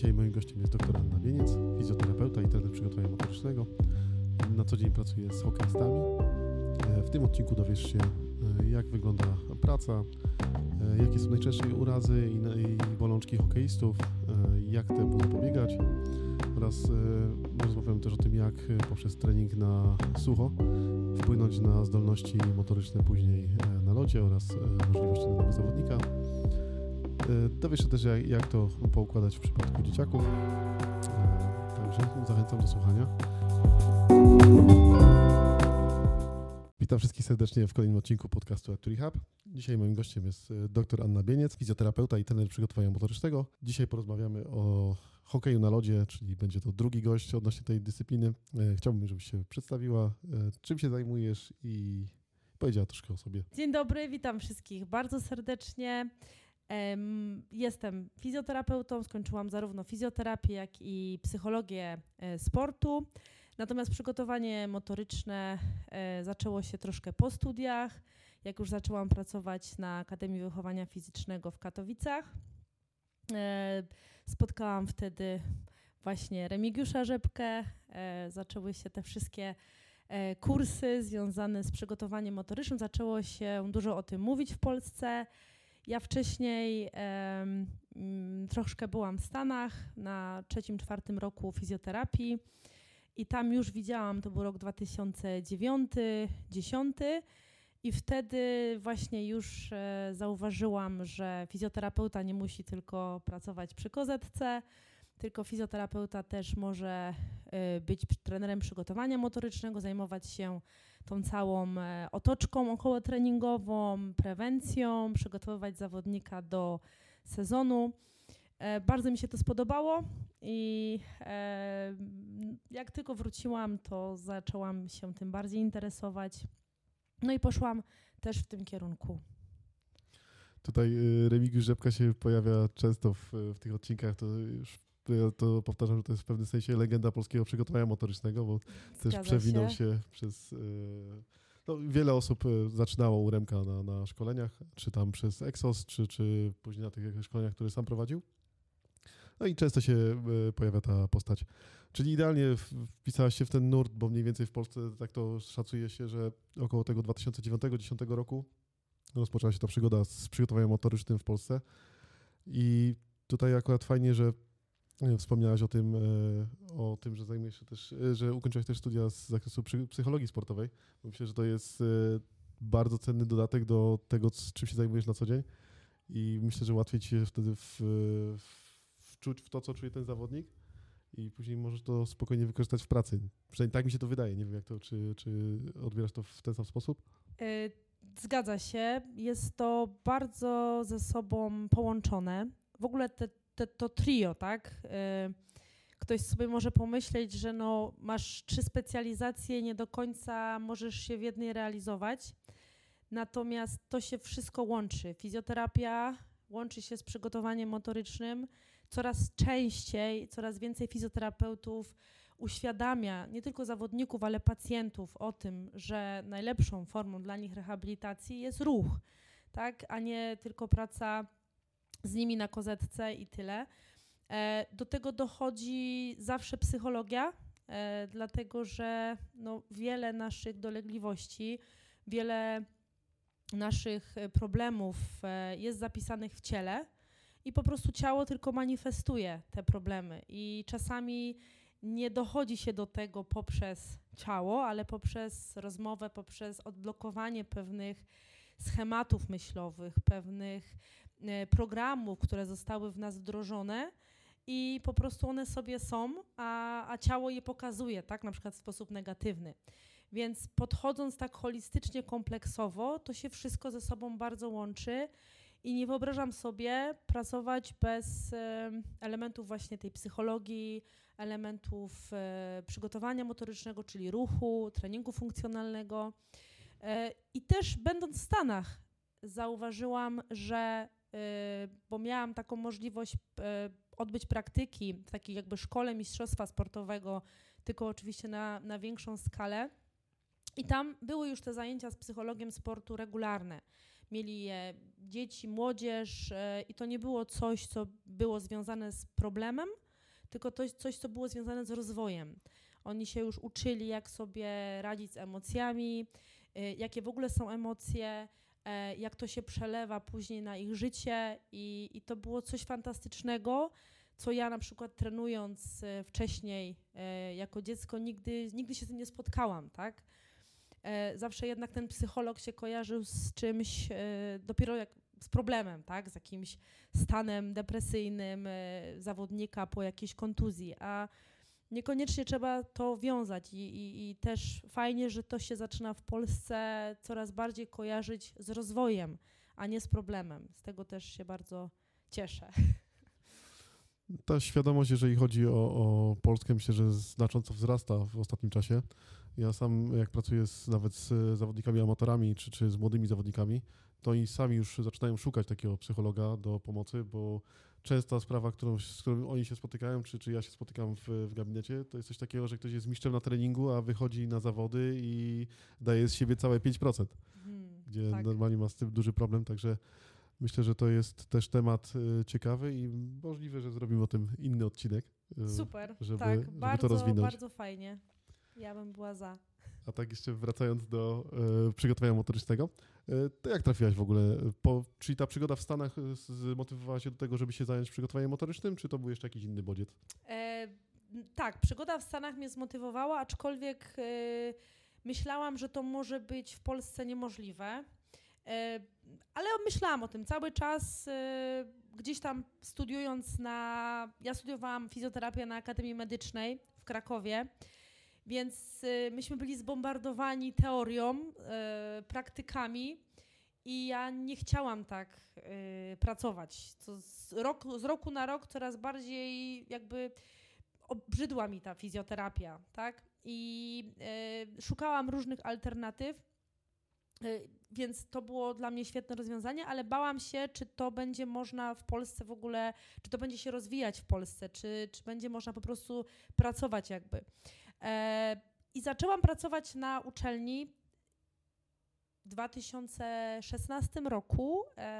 Dzisiaj moim gościem jest dr Anna Bieniec, fizjoterapeuta i trener przygotowania motorycznego. Na co dzień pracuje z hokeistami. W tym odcinku dowiesz się, jak wygląda praca, jakie są najczęstsze urazy i bolączki hokeistów, jak temu zapobiegać oraz rozmawiamy też o tym, jak poprzez trening na sucho wpłynąć na zdolności motoryczne później na lodzie oraz możliwości danego zawodnika. Dowiesz się też, jak to poukładać w przypadku dzieciaków. Także zachęcam do słuchania. Witam wszystkich serdecznie w kolejnym odcinku podcastu Actually Hub. Dzisiaj moim gościem jest dr Anna Bieniec, fizjoterapeuta i trener przygotowania motorycznego. Dzisiaj porozmawiamy o hokeju na lodzie, czyli będzie to drugi gość odnośnie tej dyscypliny. Chciałbym, żebyś się przedstawiła, czym się zajmujesz i powiedziała troszkę o sobie. Dzień dobry, witam wszystkich bardzo serdecznie. Jestem fizjoterapeutą, skończyłam zarówno fizjoterapię, jak i psychologię sportu. Natomiast przygotowanie motoryczne zaczęło się troszkę po studiach, jak już zaczęłam pracować na Akademii Wychowania Fizycznego w Katowicach. Spotkałam wtedy właśnie Remigiusza Rzepkę, zaczęły się te wszystkie kursy związane z przygotowaniem motorycznym, zaczęło się dużo o tym mówić w Polsce. Ja wcześniej troszkę byłam w Stanach na 3-4 roku fizjoterapii i tam już widziałam, to był rok 2009-2010 i wtedy właśnie już zauważyłam, że fizjoterapeuta nie musi tylko pracować przy kozetce, tylko fizjoterapeuta też może być trenerem przygotowania motorycznego, zajmować się tą całą otoczką okołotreningową, prewencją, przygotowywać zawodnika do sezonu. Bardzo mi się to spodobało i jak tylko wróciłam, to zaczęłam się tym bardziej interesować. No i poszłam też w tym kierunku. Tutaj Remigiusz Rzepka się pojawia często w tych odcinkach, to już to powtarzam, że to jest w pewnym sensie legenda polskiego przygotowania motorycznego, bo też przewinął się przez... wiele osób zaczynało u Remka na szkoleniach, czy tam przez Exos, czy później na tych szkoleniach, które sam prowadził. No i często się pojawia ta postać. Czyli idealnie wpisałaś się w ten nurt, bo mniej więcej w Polsce tak to szacuje się, że około tego 2009-2010 roku rozpoczęła się ta przygoda z przygotowaniem motorycznym w Polsce. I tutaj akurat fajnie, że wspomniałaś o tym, że zajmujesz się też, że ukończyłaś też studia z zakresu psychologii sportowej. Myślę, że to jest bardzo cenny dodatek do tego, czym się zajmujesz na co dzień i myślę, że łatwiej ci się wtedy wczuć w to, co czuje ten zawodnik i później możesz to spokojnie wykorzystać w pracy. Przynajmniej tak mi się to wydaje. Nie wiem, jak to, czy odbierasz to w ten sam sposób? Zgadza się. Jest to bardzo ze sobą połączone. W ogóle to trio, tak? Ktoś sobie może pomyśleć, że masz 3 specjalizacje, nie do końca możesz się w jednej realizować. Natomiast to się wszystko łączy. Fizjoterapia łączy się z przygotowaniem motorycznym. Coraz częściej, coraz więcej fizjoterapeutów uświadamia nie tylko zawodników, ale pacjentów o tym, że najlepszą formą dla nich rehabilitacji jest ruch, tak? A nie tylko praca z nimi na kozetce i tyle. Do tego dochodzi zawsze psychologia, dlatego że wiele naszych dolegliwości, wiele naszych problemów jest zapisanych w ciele i po prostu ciało tylko manifestuje te problemy i czasami nie dochodzi się do tego poprzez ciało, ale poprzez rozmowę, poprzez odblokowanie pewnych schematów myślowych, pewnych programów, które zostały w nas wdrożone i po prostu one sobie są, a ciało je pokazuje, tak, na przykład w sposób negatywny. Więc podchodząc tak holistycznie, kompleksowo, to się wszystko ze sobą bardzo łączy i nie wyobrażam sobie pracować bez elementów właśnie tej psychologii, elementów przygotowania motorycznego, czyli ruchu, treningu funkcjonalnego. I też będąc w Stanach zauważyłam, że, bo miałam taką możliwość odbyć praktyki w takiej jakby szkole mistrzostwa sportowego, tylko oczywiście na większą skalę. I tam były już te zajęcia z psychologiem sportu regularne. Mieli je dzieci, młodzież i to nie było coś, co było związane z problemem, tylko coś, co było związane z rozwojem. Oni się już uczyli, jak sobie radzić z emocjami, jakie w ogóle są emocje, jak to się przelewa później na ich życie i to było coś fantastycznego, co ja na przykład trenując wcześniej jako dziecko nigdy się z tym nie spotkałam, tak? Zawsze jednak ten psycholog się kojarzył z czymś dopiero z problemem, tak? Z jakimś stanem depresyjnym zawodnika po jakiejś kontuzji, a niekoniecznie trzeba to wiązać i też fajnie, że to się zaczyna w Polsce coraz bardziej kojarzyć z rozwojem, a nie z problemem. Z tego też się bardzo cieszę. Ta świadomość, jeżeli chodzi o Polskę, myślę, że znacząco wzrasta w ostatnim czasie. Ja sam, jak pracuję nawet z zawodnikami amatorami, czy z młodymi zawodnikami, to oni sami już zaczynają szukać takiego psychologa do pomocy, bo częsta sprawa, z którą oni się spotykają, czy ja się spotykam w gabinecie, to jest coś takiego, że ktoś jest mistrzem na treningu, a wychodzi na zawody i daje z siebie całe 5%, gdzie tak. Normalnie ma z tym duży problem, także myślę, że to jest też temat ciekawy i możliwe, że zrobimy o tym inny odcinek. Super, żeby bardzo, to rozwinąć. Bardzo fajnie. Ja bym była za. A tak jeszcze wracając do przygotowania motorycznego, to jak trafiłaś w ogóle? Czyli ta przygoda w Stanach zmotywowała się do tego, żeby się zająć przygotowaniem motorycznym, czy to był jeszcze jakiś inny bodziec? Tak, przygoda w Stanach mnie zmotywowała, aczkolwiek myślałam, że to może być w Polsce niemożliwe. Ale myślałam o tym cały czas, gdzieś tam studiując ja studiowałam fizjoterapię na Akademii Medycznej w Krakowie, więc myśmy byli zbombardowani teorią, praktykami i ja nie chciałam tak pracować. Z roku na rok coraz bardziej jakby obrzydła mi ta fizjoterapia, tak? I szukałam różnych alternatyw. Więc to było dla mnie świetne rozwiązanie, ale bałam się, czy to będzie można w Polsce w ogóle, czy to będzie się rozwijać w Polsce, czy będzie można po prostu pracować jakby. I zaczęłam pracować na uczelni w 2016 roku.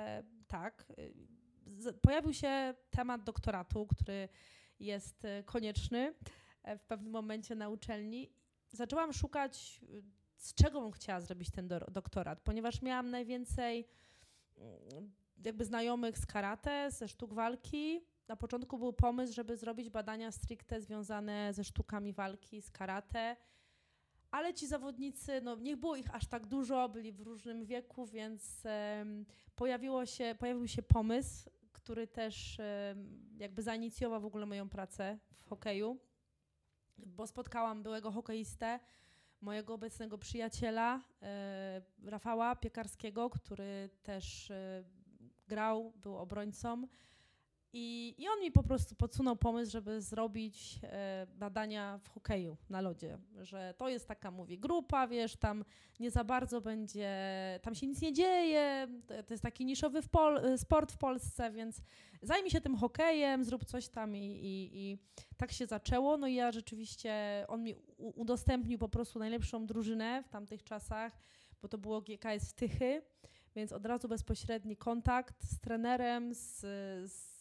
Pojawił się temat doktoratu, który jest konieczny w pewnym momencie na uczelni. Zaczęłam szukać, z czego bym chciała zrobić ten doktorat, ponieważ miałam najwięcej jakby znajomych z karate, ze sztuk walki. Na początku był pomysł, żeby zrobić badania stricte związane ze sztukami walki, z karate, ale ci zawodnicy, nie było ich aż tak dużo, byli w różnym wieku, więc pojawił się pomysł, który też jakby zainicjował w ogóle moją pracę w hokeju, bo spotkałam byłego hokeistę, mojego obecnego przyjaciela, Rafała Piekarskiego, który też grał, był obrońcą i on mi po prostu podsunął pomysł, żeby zrobić badania w hokeju na lodzie, że to jest taka, grupa, wiesz, tam nie za bardzo będzie, tam się nic nie dzieje, to jest taki niszowy sport w Polsce, więc zajmij się tym hokejem, zrób coś tam i tak się zaczęło. No i ja rzeczywiście, on mi udostępnił po prostu najlepszą drużynę w tamtych czasach, bo to było GKS w Tychy, więc od razu bezpośredni kontakt z trenerem, z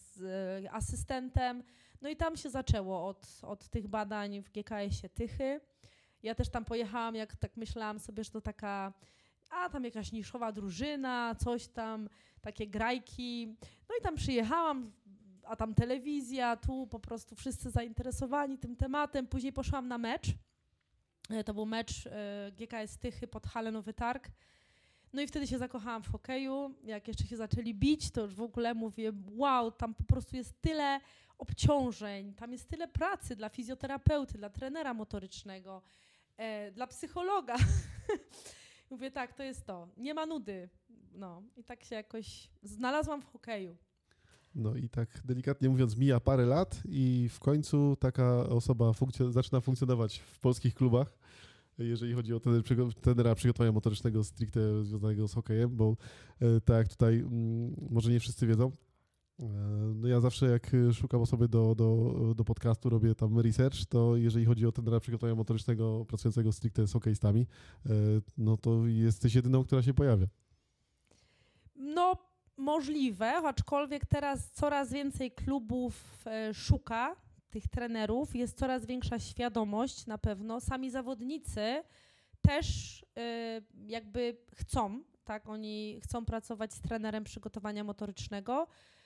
asystentem. No i tam się zaczęło od tych badań w GKS-ie Tychy. Ja też tam pojechałam, jak tak myślałam sobie, że to taka, tam jakaś niszowa drużyna, coś tam, takie grajki. No i tam przyjechałam, a tam telewizja, tu po prostu wszyscy zainteresowani tym tematem. Później poszłam na mecz. To był mecz GKS Tychy pod Halę Nowy Targ. No i wtedy się zakochałam w hokeju. Jak jeszcze się zaczęli bić, to już w ogóle mówię, wow, tam po prostu jest tyle obciążeń, tam jest tyle pracy dla fizjoterapeuty, dla trenera motorycznego, dla psychologa. Mówię, tak, to jest to. Nie ma nudy. No i tak się jakoś znalazłam w hokeju. No i tak delikatnie mówiąc mija parę lat i w końcu taka osoba zaczyna funkcjonować w polskich klubach, jeżeli chodzi o trenera przygotowania motorycznego stricte związanego z hokejem, bo tak jak tutaj może nie wszyscy wiedzą, no ja zawsze jak szukam osoby do podcastu, robię tam research, to jeżeli chodzi o trenera przygotowania motorycznego pracującego stricte z hokeistami, no to jesteś jedyną, która się pojawia. No możliwe, aczkolwiek teraz coraz więcej klubów szuka tych trenerów jest coraz większa świadomość na pewno. Sami zawodnicy też jakby chcą, tak, oni chcą pracować z trenerem przygotowania motorycznego.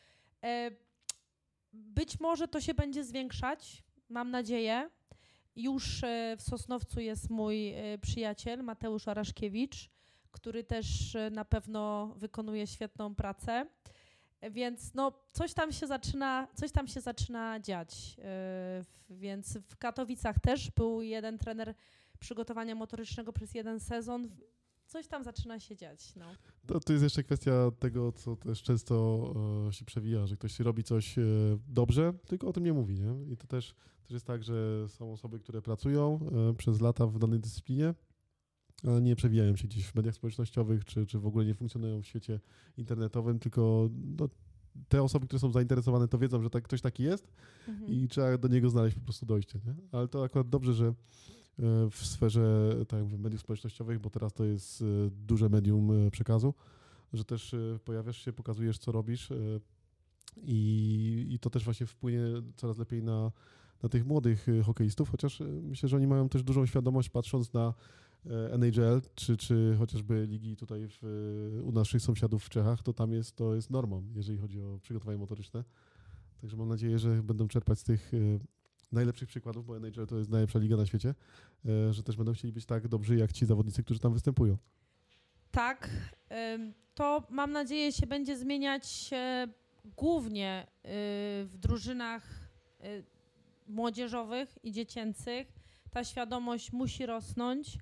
Być może to się będzie zwiększać, mam nadzieję. Już w Sosnowcu jest mój przyjaciel Mateusz Araszkiewicz, który też na pewno wykonuje świetną pracę. Więc no, coś tam się zaczyna dziać. Więc w Katowicach też był jeden trener przygotowania motorycznego przez jeden sezon. Coś tam zaczyna się dziać. No. To jest jeszcze kwestia tego, co też często się przewija, że ktoś robi coś dobrze, tylko o tym nie mówi. Nie? I to też jest tak, że są osoby, które pracują przez lata w danej dyscyplinie, ale nie przewijają się gdzieś w mediach społecznościowych, czy w ogóle nie funkcjonują w świecie internetowym, tylko te osoby, które są zainteresowane, to wiedzą, że ktoś taki jest i trzeba do niego znaleźć po prostu dojście. Nie? Ale to akurat dobrze, że w sferze tak jak mediów społecznościowych, bo teraz to jest duże medium przekazu, że też pojawiasz się, pokazujesz, co robisz i to też właśnie wpłynie coraz lepiej na tych młodych hokeistów, chociaż myślę, że oni mają też dużą świadomość, patrząc na NHL, czy chociażby ligi tutaj u naszych sąsiadów w Czechach, to tam to jest normą, jeżeli chodzi o przygotowanie motoryczne. Także mam nadzieję, że będą czerpać z tych najlepszych przykładów, bo NHL to jest najlepsza liga na świecie, że też będą chcieli być tak dobrzy jak ci zawodnicy, którzy tam występują. Tak, to mam nadzieję się będzie zmieniać głównie w drużynach młodzieżowych i dziecięcych. Ta świadomość musi rosnąć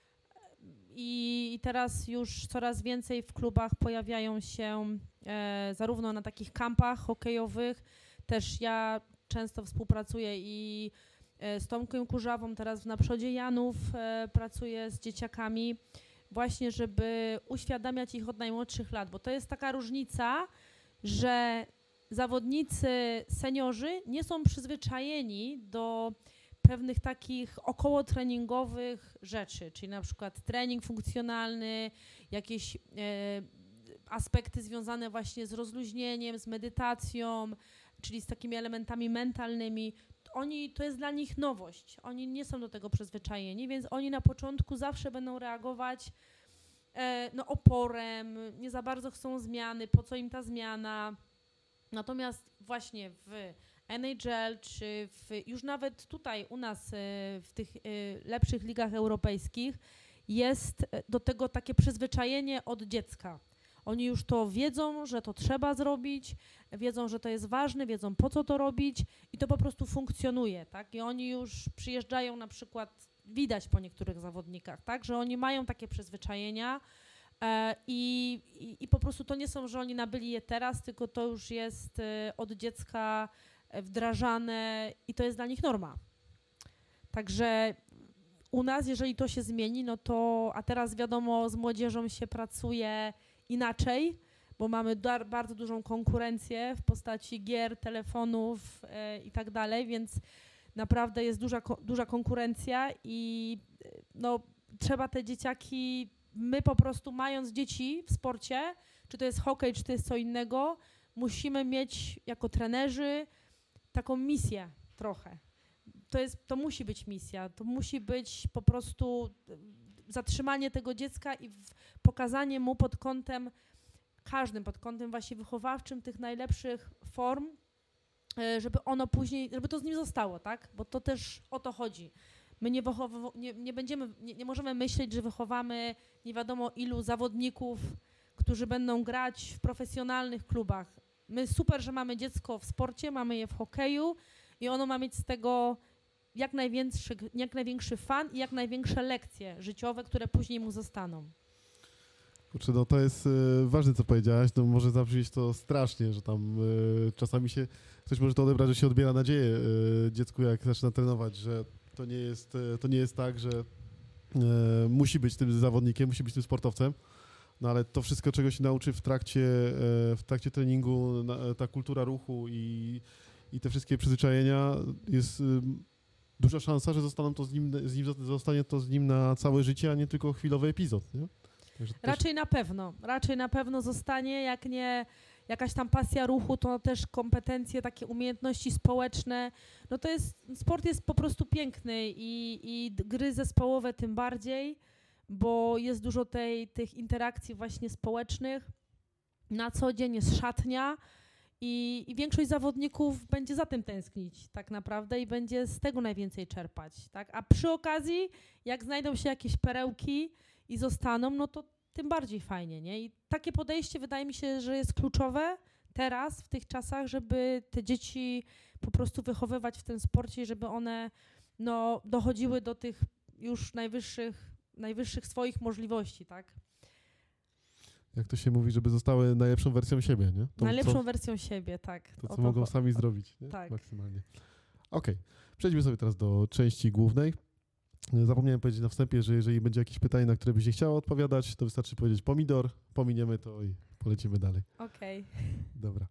i teraz już coraz więcej w klubach pojawiają się zarówno na takich kampach hokejowych, też ja często współpracuję i z Tomkiem Kurzawą, teraz w Naprzodzie Janów pracuję z dzieciakami, właśnie żeby uświadamiać ich od najmłodszych lat, bo to jest taka różnica, że zawodnicy, seniorzy nie są przyzwyczajeni do pewnych takich okołotreningowych rzeczy, czyli na przykład trening funkcjonalny, jakieś aspekty związane właśnie z rozluźnieniem, z medytacją, czyli z takimi elementami mentalnymi. To jest dla nich nowość. Oni nie są do tego przyzwyczajeni, więc oni na początku zawsze będą reagować oporem, nie za bardzo chcą zmiany, po co im ta zmiana. Natomiast właśnie w NHL, czy już nawet tutaj u nas w tych lepszych ligach europejskich jest do tego takie przyzwyczajenie od dziecka. Oni już to wiedzą, że to trzeba zrobić, wiedzą, że to jest ważne, wiedzą po co to robić i to po prostu funkcjonuje, tak? I oni już przyjeżdżają na przykład, widać po niektórych zawodnikach, tak? Że oni mają takie przyzwyczajenia i po prostu to nie są, że oni nabyli je teraz, tylko to już jest od dziecka wdrażane i to jest dla nich norma. Także u nas, jeżeli to się zmieni, no to, a teraz wiadomo, z młodzieżą się pracuje inaczej, bo mamy bardzo dużą konkurencję w postaci gier, telefonów i tak dalej, więc naprawdę jest duża konkurencja i no, trzeba te dzieciaki, my po prostu mając dzieci w sporcie, czy to jest hokej, czy to jest co innego, musimy mieć jako trenerzy taką misję trochę. To musi być misja, to musi być po prostu zatrzymanie tego dziecka i pokazanie mu pod kątem każdym, pod kątem właśnie wychowawczym tych najlepszych form, żeby ono później, żeby to z nim zostało, tak? Bo to też o to chodzi. My nie możemy myśleć, że wychowamy nie wiadomo ilu zawodników, którzy będą grać w profesjonalnych klubach. My super, że mamy dziecko w sporcie, mamy je w hokeju i ono ma mieć z tego jak największy fan i jak największe lekcje życiowe, które później mu zostaną. Kurczę, no to jest ważne, co powiedziałaś, no może zabrzmieć to strasznie, że tam czasami ktoś może to odebrać, że się odbiera nadzieję dziecku, jak zaczyna trenować, że to nie jest tak, że musi być tym zawodnikiem, musi być tym sportowcem, no ale to wszystko, czego się nauczy w trakcie treningu, ta kultura ruchu i te wszystkie przyzwyczajenia, jest duża szansa, że zostanie to z nim na całe życie, a nie tylko chwilowy epizod, nie? Raczej na pewno zostanie, jak nie jakaś tam pasja ruchu, to też kompetencje, takie umiejętności społeczne. No to sport jest po prostu piękny i gry zespołowe tym bardziej, bo jest dużo tych interakcji właśnie społecznych. Na co dzień jest szatnia i większość zawodników będzie za tym tęsknić tak naprawdę i będzie z tego najwięcej czerpać, tak? A przy okazji, jak znajdą się jakieś perełki i zostaną, no to tym bardziej fajnie, nie? I takie podejście wydaje mi się, że jest kluczowe teraz, w tych czasach, żeby te dzieci po prostu wychowywać w tym sporcie i żeby one dochodziły do tych już najwyższych swoich możliwości, tak? Jak to się mówi, żeby zostały najlepszą wersją siebie, nie? Najlepszą wersją siebie, tak. To, co mogą sami zrobić, nie? Tak. Maksymalnie. Okej. Przejdźmy sobie teraz do części głównej. Zapomniałem powiedzieć na wstępie, że jeżeli będzie jakieś pytanie, na które byś nie chciała odpowiadać, to wystarczy powiedzieć pomidor, pominiemy to i polecimy dalej. Okej. Dobra.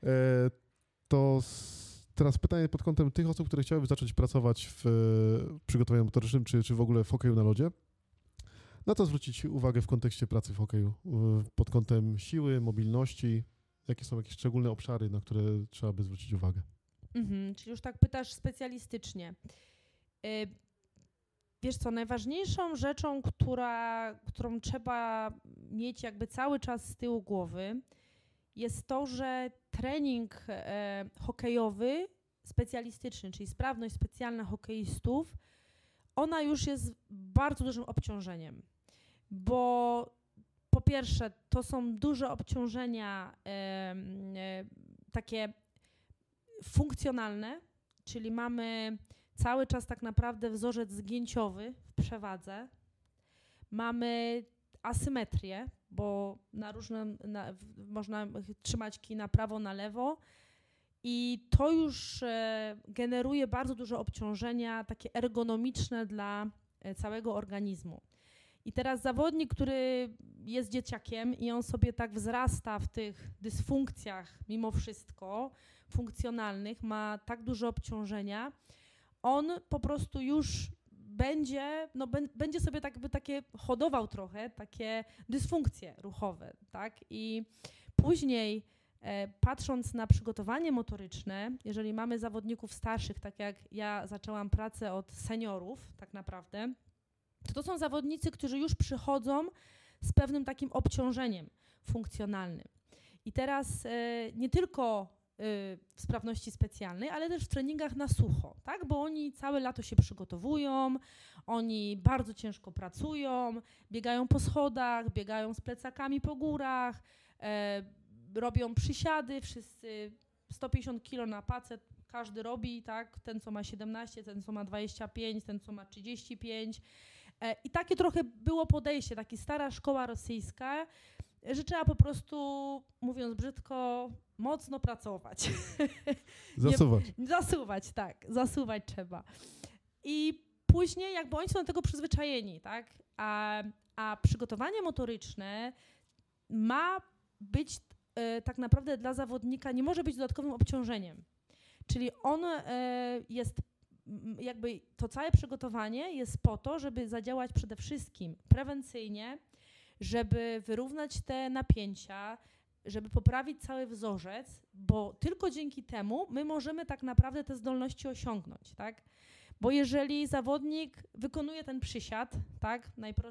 Teraz pytanie pod kątem tych osób, które chciałyby zacząć pracować w przygotowaniu motorycznym, czy w ogóle w hokeju na lodzie. Na co zwrócić uwagę w kontekście pracy w hokeju? Pod kątem siły, mobilności? Jakie są jakieś szczególne obszary, na które trzeba by zwrócić uwagę? Czyli już tak pytasz specjalistycznie. Wiesz co, najważniejszą rzeczą, którą trzeba mieć jakby cały czas z tyłu głowy, jest to, że trening hokejowy specjalistyczny, czyli sprawność specjalna hokeistów, ona już jest bardzo dużym obciążeniem, bo po pierwsze to są duże obciążenia takie funkcjonalne, czyli mamy cały czas tak naprawdę wzorzec zgięciowy w przewadze, mamy asymetrię, bo można trzymać kij na prawo, na lewo i to już generuje bardzo duże obciążenia takie ergonomiczne dla całego organizmu. I teraz zawodnik, który jest dzieciakiem i on sobie tak wzrasta w tych dysfunkcjach mimo wszystko funkcjonalnych, ma tak duże obciążenia, on po prostu już będzie sobie tak jakby takie hodował trochę, takie dysfunkcje ruchowe, tak? I później patrząc na przygotowanie motoryczne, jeżeli mamy zawodników starszych, tak jak ja zaczęłam pracę od seniorów tak naprawdę, to są zawodnicy, którzy już przychodzą z pewnym takim obciążeniem funkcjonalnym. I teraz nie tylko w sprawności specjalnej, ale też w treningach na sucho, tak? Bo oni całe lato się przygotowują, oni bardzo ciężko pracują, biegają po schodach, biegają z plecakami po górach, robią przysiady, wszyscy 150 kg na pacę, każdy robi, tak? Ten, co ma 17, ten, co ma 25, ten, co ma 35. I takie trochę było podejście, taka stara szkoła rosyjska, że trzeba po prostu, mówiąc brzydko, mocno pracować. Zasuwać. Zasuwać trzeba. I później jakby oni są do tego przyzwyczajeni, tak? A przygotowanie motoryczne ma być tak naprawdę dla zawodnika, nie może być dodatkowym obciążeniem. Czyli on jest jakby to całe przygotowanie jest po to, żeby zadziałać przede wszystkim prewencyjnie, żeby wyrównać te napięcia, żeby poprawić cały wzorzec, bo tylko dzięki temu my możemy tak naprawdę te zdolności osiągnąć, tak? Bo jeżeli zawodnik wykonuje ten przysiad, tak,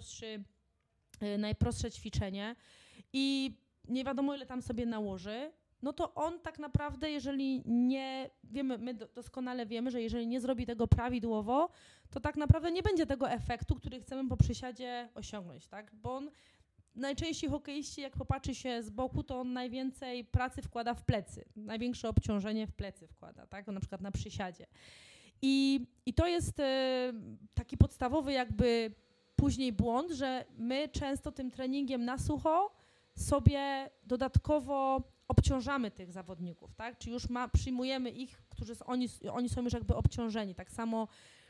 najprostsze ćwiczenie i nie wiadomo ile tam sobie nałoży, no to on tak naprawdę, jeżeli nie wiemy, my doskonale wiemy, że jeżeli nie zrobi tego prawidłowo, to tak naprawdę nie będzie tego efektu, który chcemy po przysiadzie osiągnąć, tak? Bo on najczęściej hokeiści, jak popatrzy się z boku, to on najwięcej pracy wkłada w plecy, największe obciążenie w plecy wkłada, tak? Na przykład na przysiadzie. I to jest taki podstawowy jakby później błąd, że my często tym treningiem na sucho sobie dodatkowo obciążamy tych zawodników, tak? Czy już przyjmujemy ich, oni są już jakby obciążeni. Tak samo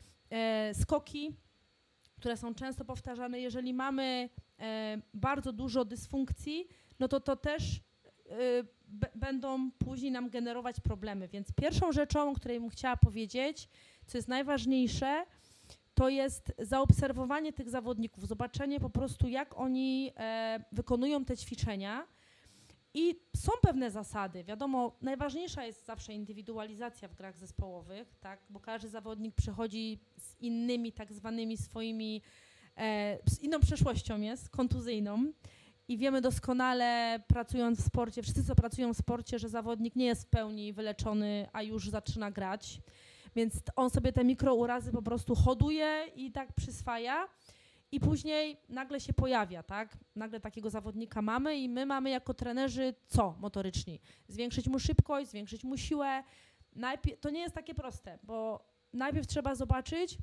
skoki, które są często powtarzane, jeżeli mamy bardzo dużo dysfunkcji, no to też będą później nam generować problemy. Więc pierwszą rzeczą, o której bym chciała powiedzieć, co jest najważniejsze, to jest zaobserwowanie tych zawodników, zobaczenie po prostu, jak oni wykonują te ćwiczenia. I są pewne zasady. Wiadomo, najważniejsza jest zawsze indywidualizacja w grach zespołowych, tak? Bo każdy zawodnik przychodzi z innymi tak zwanymi swoimi, z inną przeszłością jest, kontuzyjną. I wiemy doskonale, pracując w sporcie, wszyscy co pracują w sporcie, że zawodnik nie jest w pełni wyleczony, a już zaczyna grać. Więc on sobie te mikrourazy po prostu hoduje i tak przyswaja. I później nagle się pojawia, tak? Nagle takiego zawodnika mamy i my mamy jako trenerzy co motoryczni? Zwiększyć mu szybkość, zwiększyć mu siłę. To nie jest takie proste, bo najpierw trzeba zobaczyć,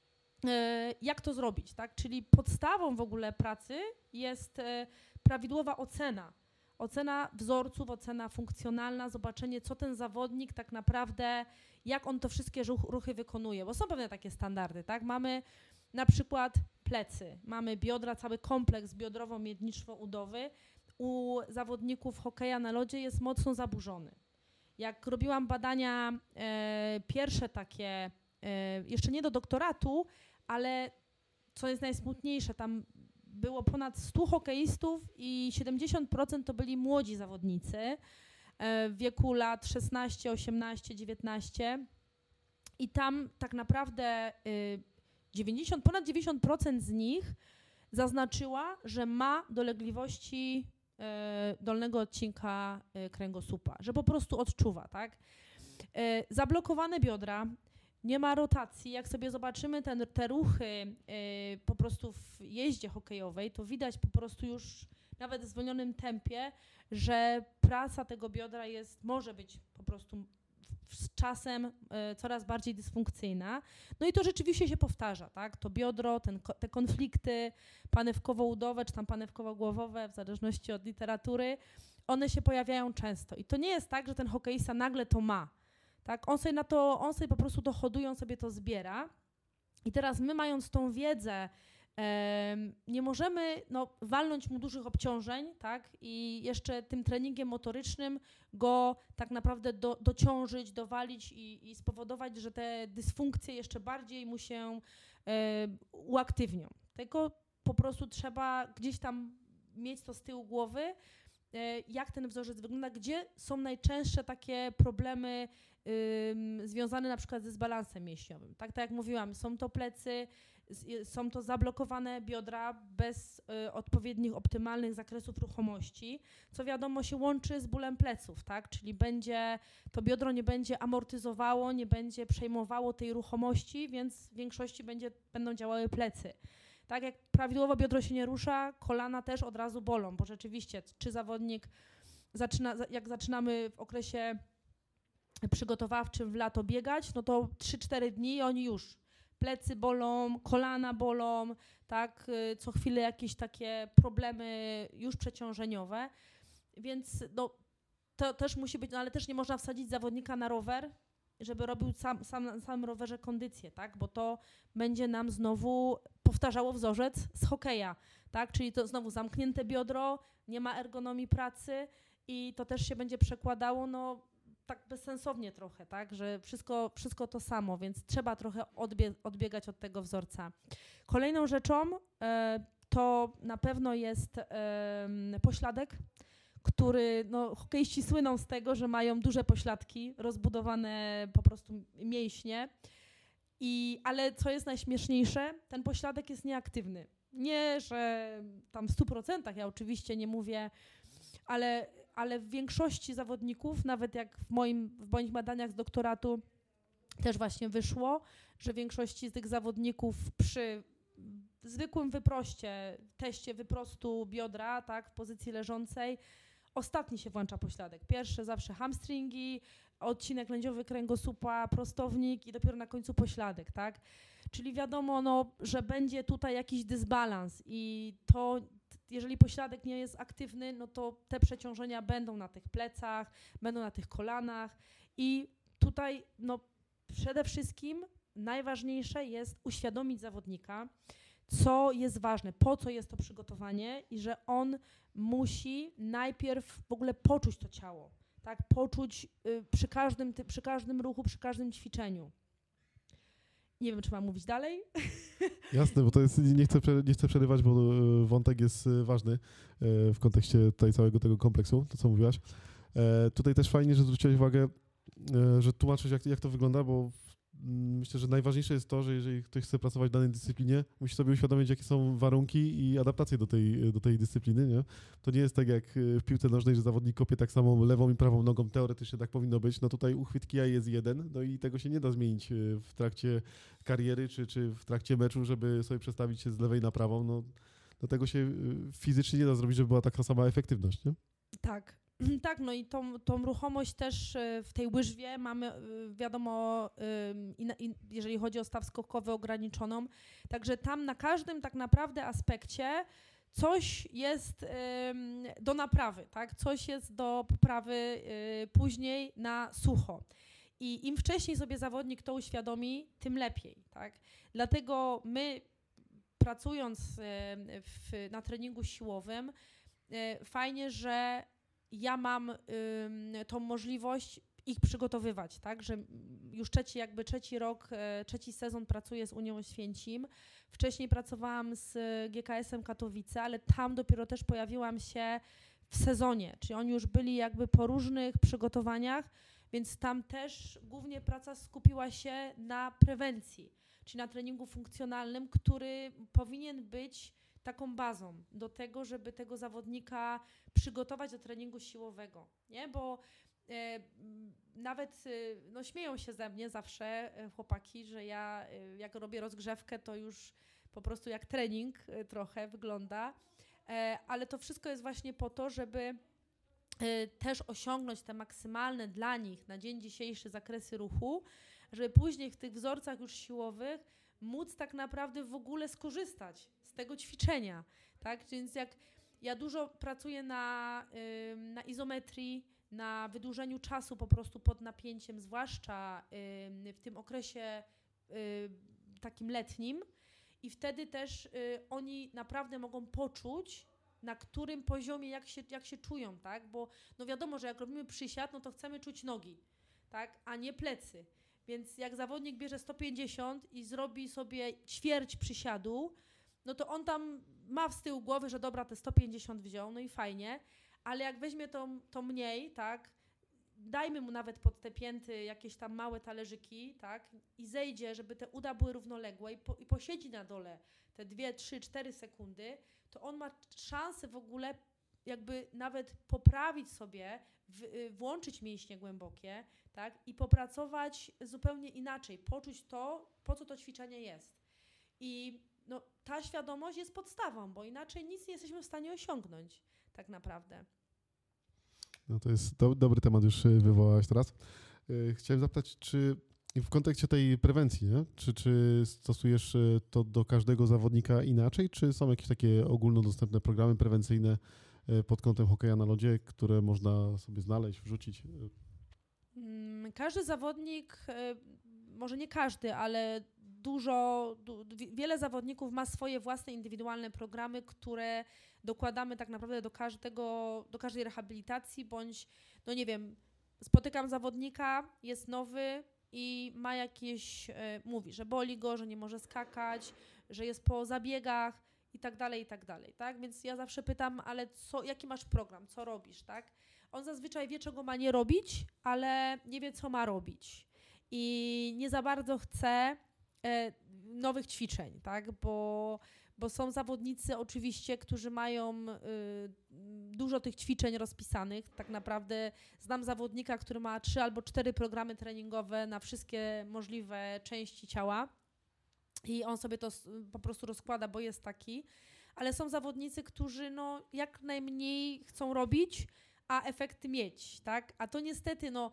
jak to zrobić, tak? Czyli podstawą w ogóle pracy jest prawidłowa ocena. Ocena wzorców, ocena funkcjonalna, zobaczenie, co ten zawodnik tak naprawdę, jak on to wszystkie ruchy wykonuje, bo są pewne takie standardy, tak? Mamy na przykład plecy, mamy biodra, cały kompleks biodrowo-miedniczo-udowy u zawodników hokeja na lodzie jest mocno zaburzony. Jak robiłam badania pierwsze takie, jeszcze nie do doktoratu, ale co jest najsmutniejsze, tam było ponad 100 hokeistów i 70% to byli młodzi zawodnicy w wieku lat 16, 18, 19 i tam tak naprawdę ponad 90% z nich zaznaczyła, że ma dolegliwości dolnego odcinka kręgosłupa, że po prostu odczuwa, tak? Zablokowane biodra, nie ma rotacji. Jak sobie zobaczymy te ruchy po prostu w jeździe hokejowej, to widać po prostu już nawet w zwolnionym tempie, że praca tego biodra może być po prostu z czasem coraz bardziej dysfunkcyjna. No i to rzeczywiście się powtarza, tak? To biodro, te konflikty panewkowo-udowe czy tam panewkowo-głowowe, w zależności od literatury, one się pojawiają często. I to nie jest tak, że ten hokeista nagle to ma. Tak? On sobie po prostu to hoduje, on sobie to zbiera. I teraz my, mając tą wiedzę, nie możemy walnąć mu dużych obciążeń, tak? I jeszcze tym treningiem motorycznym go tak naprawdę dociążyć, dowalić i spowodować, że te dysfunkcje jeszcze bardziej mu się uaktywnią. Tylko po prostu trzeba gdzieś tam mieć to z tyłu głowy, jak ten wzorzec wygląda, gdzie są najczęstsze takie problemy związane na przykład ze zbalansem mięśniowym. Tak jak mówiłam, są to plecy, są to zablokowane biodra bez odpowiednich, optymalnych zakresów ruchomości, co wiadomo się łączy z bólem pleców, tak? Czyli to biodro nie będzie amortyzowało, nie będzie przejmowało tej ruchomości, więc w większości będą działały plecy. Tak jak prawidłowo biodro się nie rusza, kolana też od razu bolą, bo rzeczywiście, czy zawodnik jak zaczynamy w okresie przygotowawczym w lato biegać, no to 3-4 dni oni już plecy bolą, kolana bolą, tak, co chwilę jakieś takie problemy już przeciążeniowe, więc to też musi być, ale też nie można wsadzić zawodnika na rower, żeby robił na samym rowerze kondycję, tak, bo to będzie nam znowu powtarzało wzorzec z hokeja, tak, czyli to znowu zamknięte biodro, nie ma ergonomii pracy i to też się będzie przekładało, tak bezsensownie trochę, tak, że wszystko to samo, więc trzeba trochę odbiegać od tego wzorca. Kolejną rzeczą to na pewno jest pośladek, który, hokeiści słyną z tego, że mają duże pośladki, rozbudowane po prostu mięśnie, ale co jest najśmieszniejsze, ten pośladek jest nieaktywny. Nie, że tam w 100%, ja oczywiście nie mówię, ale w większości zawodników, nawet jak w moich badaniach z doktoratu też właśnie wyszło, że w większości z tych zawodników przy zwykłym wyproście, teście wyprostu biodra, tak, w pozycji leżącej, ostatni się włącza pośladek. Pierwszy zawsze hamstringi, odcinek lędźwiowy kręgosłupa, prostownik i dopiero na końcu pośladek, tak? Czyli wiadomo, że będzie tutaj jakiś dysbalans i to, jeżeli pośladek nie jest aktywny, no to te przeciążenia będą na tych plecach, będą na tych kolanach i tutaj przede wszystkim najważniejsze jest uświadomić zawodnika, co jest ważne, po co jest to przygotowanie i że on musi najpierw w ogóle poczuć to ciało, tak, poczuć przy każdym ruchu, przy każdym ćwiczeniu. Nie wiem, czy mam mówić dalej. Jasne, bo to jest, nie chcę przerywać, bo wątek jest ważny w kontekście tutaj całego tego kompleksu, to co mówiłaś. Tutaj też fajnie, że zwróciłeś uwagę, że tłumaczysz, jak to wygląda, bo myślę, że najważniejsze jest to, że jeżeli ktoś chce pracować w danej dyscyplinie, musi sobie uświadomić, jakie są warunki i adaptacje do tej dyscypliny. Nie? To nie jest tak jak w piłce nożnej, że zawodnik kopie tak samo lewą i prawą nogą, teoretycznie tak powinno być. No tutaj uchwyt kija jest jeden, no i tego się nie da zmienić w trakcie kariery czy w trakcie meczu, żeby sobie przestawić się z lewej na prawą. No, do tego się fizycznie nie da zrobić, żeby była taka sama efektywność. Nie? Tak. Tak, no i tą ruchomość też w tej łyżwie mamy, wiadomo, jeżeli chodzi o staw skokowy, ograniczoną. Także tam na każdym tak naprawdę aspekcie coś jest do naprawy, tak? Coś jest do poprawy później na sucho. I im wcześniej sobie zawodnik to uświadomi, tym lepiej, tak? Dlatego my, pracując na treningu siłowym, fajnie, że ja mam tą możliwość ich przygotowywać, tak, że już trzeci rok, trzeci sezon pracuję z Unią Oświęcim. Wcześniej pracowałam z GKS-em Katowice, ale tam dopiero też pojawiłam się w sezonie, czyli oni już byli jakby po różnych przygotowaniach, więc tam też głównie praca skupiła się na prewencji, czyli na treningu funkcjonalnym, który powinien być taką bazą do tego, żeby tego zawodnika przygotować do treningu siłowego, nie? Bo nawet no, śmieją się ze mnie zawsze chłopaki, że ja jak robię rozgrzewkę, to już po prostu jak trening trochę wygląda, ale to wszystko jest właśnie po to, żeby też osiągnąć te maksymalne dla nich na dzień dzisiejszy zakresy ruchu, żeby później w tych wzorcach już siłowych móc tak naprawdę w ogóle skorzystać z tego ćwiczenia, tak? Więc jak ja dużo pracuję na izometrii, na wydłużeniu czasu po prostu pod napięciem, zwłaszcza w tym okresie takim letnim i wtedy też oni naprawdę mogą poczuć, na którym poziomie, jak się czują, tak? Bo no wiadomo, że jak robimy przysiad, no to chcemy czuć nogi, tak? A nie plecy. Więc jak zawodnik bierze 150 i zrobi sobie ćwierć przysiadu, no to on tam ma z tyłu głowy, że dobra, te 150 wziął, no i fajnie, ale jak weźmie to mniej, tak, dajmy mu nawet pod te pięty jakieś tam małe talerzyki, tak, i zejdzie, żeby te uda były równoległe i posiedzi na dole te 2, 3, 4 sekundy, to on ma szansę w ogóle jakby nawet poprawić sobie, włączyć mięśnie głębokie, tak, i popracować zupełnie inaczej, poczuć to, po co to ćwiczenie jest. I no, ta świadomość jest podstawą, bo inaczej nic nie jesteśmy w stanie osiągnąć tak naprawdę. No to jest dobry temat już wywołałeś teraz. Chciałem zapytać, czy w kontekście tej prewencji, nie? Czy stosujesz to do każdego zawodnika inaczej, czy są jakieś takie ogólnodostępne programy prewencyjne pod kątem hokeja na lodzie, które można sobie znaleźć, wrzucić? Każdy zawodnik, może nie każdy, ale wiele zawodników ma swoje własne indywidualne programy, które dokładamy tak naprawdę do każdej rehabilitacji, bądź, no nie wiem, spotykam zawodnika, jest nowy i ma jakieś, mówi, że boli go, że nie może skakać, że jest po zabiegach i tak dalej, tak? Więc ja zawsze pytam, ale jaki masz program, co robisz, tak? On zazwyczaj wie, czego ma nie robić, ale nie wie, co ma robić. I nie za bardzo chce nowych ćwiczeń, tak? Bo są zawodnicy oczywiście, którzy mają dużo tych ćwiczeń rozpisanych. Tak naprawdę znam zawodnika, który ma 3 albo 4 programy treningowe na wszystkie możliwe części ciała i on sobie to po prostu rozkłada, bo jest taki. Ale są zawodnicy, którzy no, jak najmniej chcą robić, a efekty mieć, tak? A to niestety, no,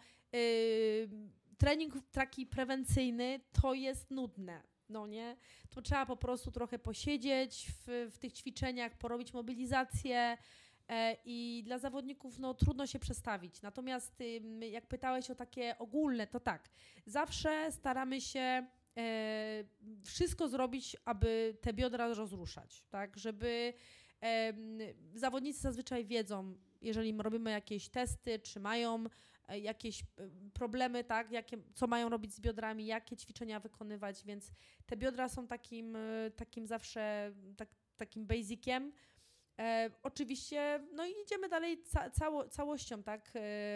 trening taki prewencyjny to jest nudne, no nie? To trzeba po prostu trochę posiedzieć w tych ćwiczeniach, porobić mobilizację i dla zawodników, no, trudno się przestawić. Natomiast jak pytałeś o takie ogólne, to tak, zawsze staramy się wszystko zrobić, aby te biodra rozruszać, tak? Żeby zawodnicy zazwyczaj wiedzą, jeżeli robimy jakieś testy, czy mają jakieś problemy, tak, co mają robić z biodrami, jakie ćwiczenia wykonywać, więc te biodra są takim zawsze takim basiciem. Oczywiście, no i idziemy dalej całością, tak,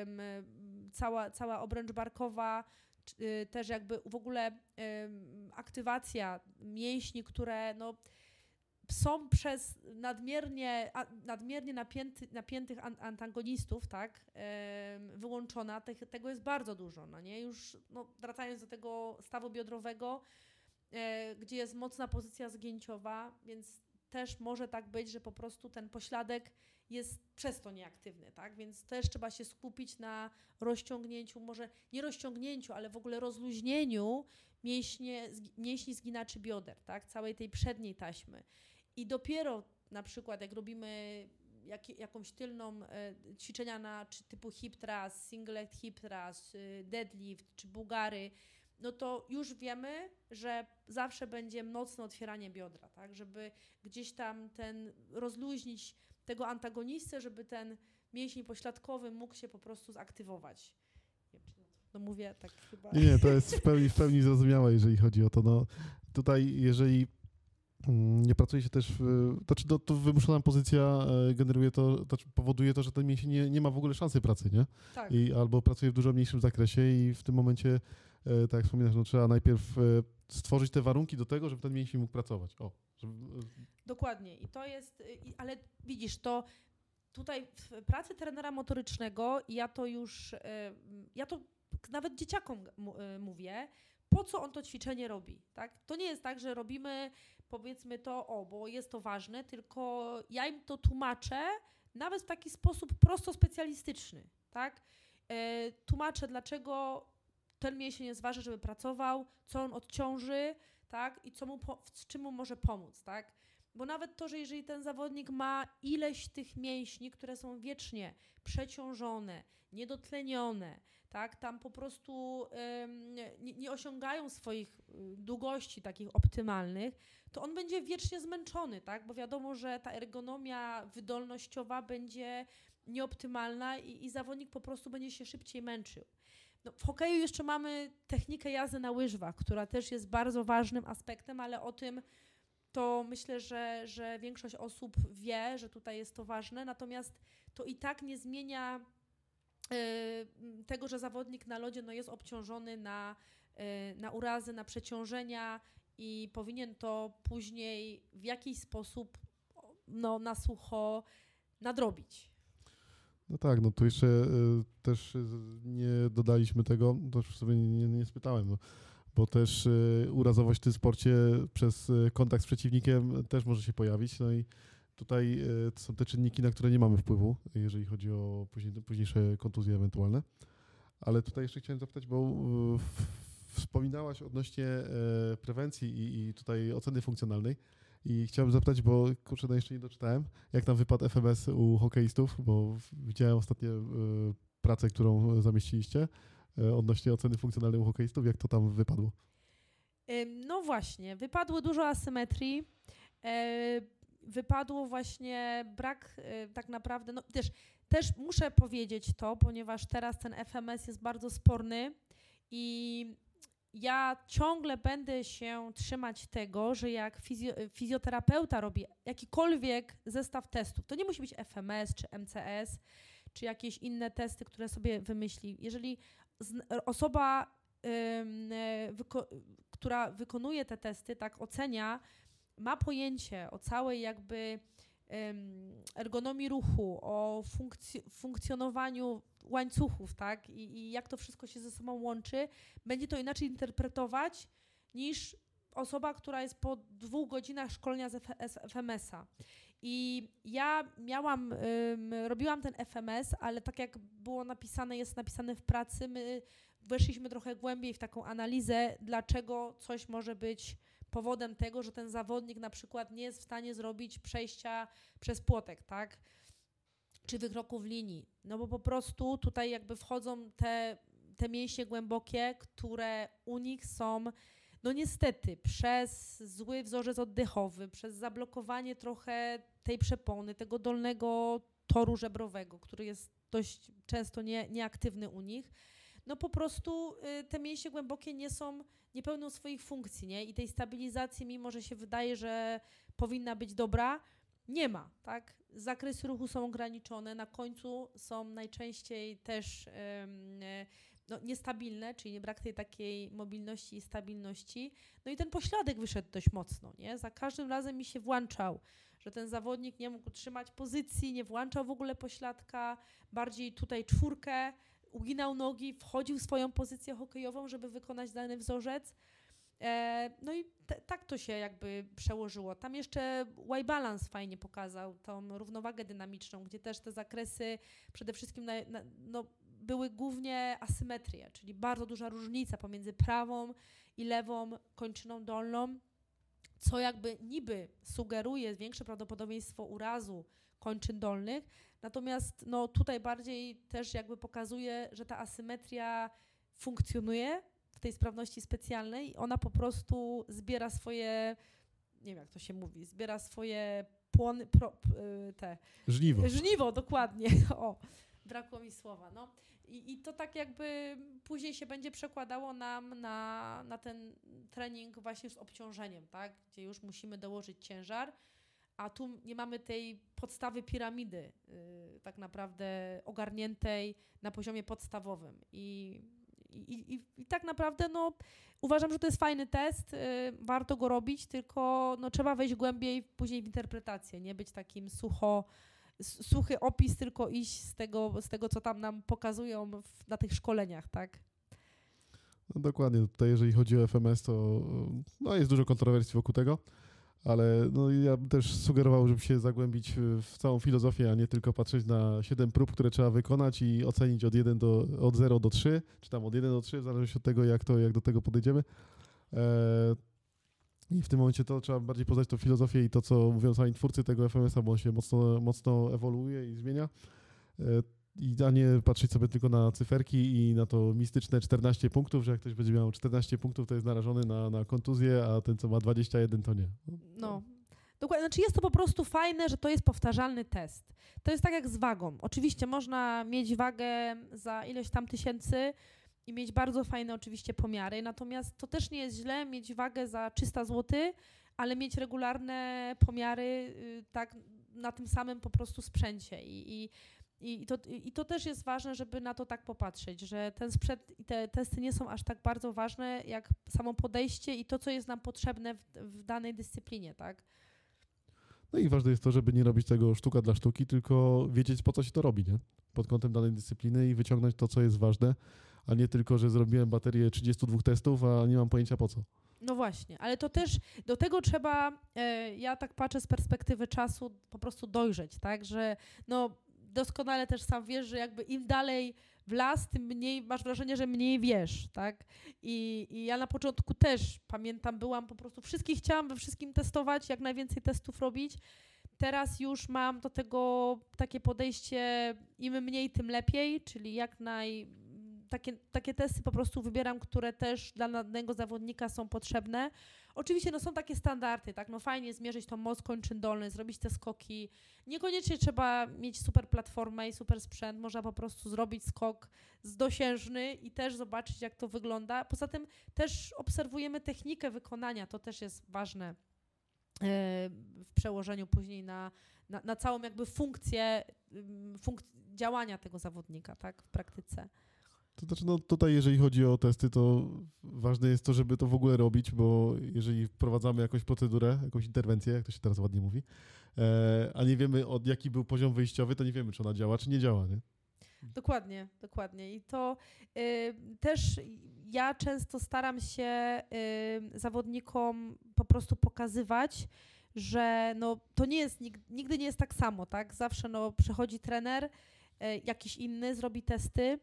cała obręcz barkowa, też jakby w ogóle aktywacja mięśni, które no, są przez nadmiernie napiętych antagonistów, tak, wyłączona. Tego jest bardzo dużo, no nie? Już no, wracając do tego stawu biodrowego, gdzie jest mocna pozycja zgięciowa, więc też może tak być, że po prostu ten pośladek jest przez to nieaktywny, tak? Więc też trzeba się skupić na rozciągnięciu, może nie rozciągnięciu, ale w ogóle rozluźnieniu mięśni zginaczy bioder, tak? Całej tej przedniej taśmy. I dopiero na przykład jak robimy jakąś tylną ćwiczenia czy typu hip thrust, single leg hip thrust, deadlift czy bułgary, no to już wiemy, że zawsze będzie mocne otwieranie biodra, tak? Żeby gdzieś tam rozluźnić tego antagonistę, żeby ten mięsień pośladkowy mógł się po prostu zaktywować. Nie wiem, czy no mówię tak chyba. Nie, to jest w pełni zrozumiałe, jeżeli chodzi o to. No, tutaj jeżeli nie pracuje się też, to wymuszona pozycja generuje to powoduje to, że ten mięsień nie ma w ogóle szansy pracy, nie? Tak. Albo pracuje w dużo mniejszym zakresie i w tym momencie, tak jak wspominasz, no, trzeba najpierw stworzyć te warunki do tego, żeby ten mięsień mógł pracować. Dokładnie. I to jest, ale widzisz, to tutaj w pracy trenera motorycznego ja to nawet dzieciakom mówię, po co on to ćwiczenie robi, tak? To nie jest tak, że robimy, powiedzmy to, bo jest to ważne, tylko ja im to tłumaczę nawet w taki sposób prosto specjalistyczny, tak? Tłumaczę, dlaczego ten mięsień jest ważny, żeby pracował, co on odciąży, tak? I w czym mu może pomóc, tak? Bo nawet to, że jeżeli ten zawodnik ma ileś tych mięśni, które są wiecznie przeciążone, niedotlenione, tak, tam po prostu nie osiągają swoich długości takich optymalnych, to on będzie wiecznie zmęczony, tak, bo wiadomo, że ta ergonomia wydolnościowa będzie nieoptymalna i zawodnik po prostu będzie się szybciej męczył. No, w hokeju jeszcze mamy technikę jazdy na łyżwach, która też jest bardzo ważnym aspektem, ale o tym to myślę, że większość osób wie, że tutaj jest to ważne, natomiast to i tak nie zmienia tego, że zawodnik na lodzie jest obciążony na urazy, na przeciążenia i powinien to później w jakiś sposób na sucho nadrobić. No tak, no tu jeszcze też nie dodaliśmy tego, to już sobie nie spytałem, no, bo też urazowość w tym sporcie przez kontakt z przeciwnikiem też może się pojawić, no i tutaj to są te czynniki, na które nie mamy wpływu, jeżeli chodzi o późniejsze kontuzje ewentualne. Ale tutaj jeszcze chciałem zapytać, bo wspominałaś odnośnie prewencji i tutaj oceny funkcjonalnej i chciałem zapytać, bo kurczę, no jeszcze nie doczytałem, jak tam wypadł FMS u hokeistów, bo widziałem ostatnio pracę, którą zamieściliście odnośnie oceny funkcjonalnej u hokeistów, jak to tam wypadło? No właśnie, wypadło dużo asymetrii, wypadło właśnie brak tak naprawdę, no też muszę powiedzieć to, ponieważ teraz ten FMS jest bardzo sporny i ja ciągle będę się trzymać tego, że jak fizjoterapeuta robi jakikolwiek zestaw testów, to nie musi być FMS czy MCS, czy jakieś inne testy, które sobie wymyśli. Jeżeli osoba, która wykonuje te testy, tak ocenia, ma pojęcie o całej jakby ergonomii ruchu, o funkcjonowaniu łańcuchów, tak, i jak to wszystko się ze sobą łączy, będzie to inaczej interpretować niż osoba, która jest po 2 godzinach szkolenia z FMS-a. I ja robiłam ten FMS, ale tak jak było napisane, jest napisane w pracy, my weszliśmy trochę głębiej w taką analizę, dlaczego coś może być powodem tego, że ten zawodnik na przykład nie jest w stanie zrobić przejścia przez płotek, tak? Czy wykroku w linii. No bo po prostu tutaj jakby wchodzą te mięśnie głębokie, które u nich są, no niestety, przez zły wzorzec oddechowy, przez zablokowanie trochę tej przepony, tego dolnego toru żebrowego, który jest dość często nieaktywny u nich, no po prostu te mięśnie głębokie nie pełnią swoich funkcji, nie? I tej stabilizacji, mimo że się wydaje, że powinna być dobra, nie ma, tak? Zakresy ruchu są ograniczone, na końcu są najczęściej też niestabilne, czyli brak tej takiej mobilności i stabilności. No i ten pośladek wyszedł dość mocno, nie? Za każdym razem mi się włączał, że ten zawodnik nie mógł utrzymać pozycji, nie włączał w ogóle pośladka, bardziej tutaj czwórkę, uginał nogi, wchodził w swoją pozycję hokejową, żeby wykonać dany wzorzec. No i tak to się jakby przełożyło. Tam jeszcze Y-Balance fajnie pokazał, tą równowagę dynamiczną, gdzie też te zakresy przede wszystkim były głównie asymetrie, czyli bardzo duża różnica pomiędzy prawą i lewą kończyną dolną, co jakby niby sugeruje większe prawdopodobieństwo urazu kończyn dolnych, natomiast tutaj bardziej też jakby pokazuje, że ta asymetria funkcjonuje w tej sprawności specjalnej i ona po prostu zbiera swoje, nie wiem jak to się mówi, zbiera swoje płony, Żniwo. Żniwo, dokładnie. O, brakło mi słowa. No. I to tak jakby później się będzie przekładało nam na ten trening właśnie z obciążeniem, tak? Gdzie już musimy dołożyć ciężar, a tu nie mamy tej podstawy piramidy tak naprawdę ogarniętej na poziomie podstawowym. I tak naprawdę uważam, że to jest fajny test, warto go robić, tylko trzeba wejść głębiej później w interpretację, nie być takim suchy opis, tylko iść z tego co tam nam pokazują na tych szkoleniach, tak? No dokładnie, tutaj jeżeli chodzi o FMS, to jest dużo kontrowersji wokół tego, ale ja bym też sugerował, żeby się zagłębić w całą filozofię, a nie tylko patrzeć na 7 prób, które trzeba wykonać i ocenić od 0 do 3, czy tam od 1 do 3, w zależności od tego, jak do tego podejdziemy. I w tym momencie to trzeba bardziej poznać tą filozofię i to, co mówią sami twórcy tego FMS-a, bo on się mocno ewoluuje i zmienia. A nie patrzeć sobie tylko na cyferki i na to mistyczne 14 punktów, że jak ktoś będzie miał 14 punktów, to jest narażony na kontuzję, a ten, co ma 21, to nie. Dokładnie. Znaczy jest to po prostu fajne, że to jest powtarzalny test. To jest tak jak z wagą. Oczywiście można mieć wagę za ileś tam tysięcy i mieć bardzo fajne oczywiście pomiary, natomiast to też nie jest źle mieć wagę za 300 zł, ale mieć regularne pomiary tak na tym samym po prostu sprzęcie. I to też jest ważne, żeby na to tak popatrzeć, że ten sprzęt i te testy nie są aż tak bardzo ważne, jak samo podejście i to, co jest nam potrzebne w danej dyscyplinie, tak? No i ważne jest to, żeby nie robić tego sztuka dla sztuki, tylko wiedzieć, po co się to robi, nie? Pod kątem danej dyscypliny i wyciągnąć to, co jest ważne, a nie tylko, że zrobiłem baterię 32 testów, a nie mam pojęcia po co. No właśnie, ale to też do tego trzeba, ja tak patrzę z perspektywy czasu, po prostu dojrzeć, tak, że doskonale też sam wiesz, że jakby im dalej w las, tym mniej, masz wrażenie, że mniej wiesz, tak? I ja na początku też, pamiętam, byłam po prostu, chciałam we wszystkim testować, jak najwięcej testów robić. Teraz już mam do tego takie podejście, im mniej, tym lepiej, czyli takie testy po prostu wybieram, które też dla danego zawodnika są potrzebne. Oczywiście są takie standardy, tak, fajnie zmierzyć tą moc kończyn dolnych, zrobić te skoki. Niekoniecznie trzeba mieć super platformę i super sprzęt, można po prostu zrobić skok dosiężny i też zobaczyć, jak to wygląda. Poza tym też obserwujemy technikę wykonania, to też jest ważne w przełożeniu później na całą jakby funkcję działania tego zawodnika, tak, w praktyce. To znaczy, tutaj jeżeli chodzi o testy, to ważne jest to, żeby to w ogóle robić, bo jeżeli wprowadzamy jakąś procedurę, jakąś interwencję, jak to się teraz ładnie mówi, a nie wiemy, jaki był poziom wyjściowy, to nie wiemy, czy ona działa, czy nie działa, nie? Dokładnie. I to też ja często staram się zawodnikom po prostu pokazywać, że to nie jest, nigdy nie jest tak samo, tak? Zawsze przychodzi trener, jakiś inny, zrobi testy,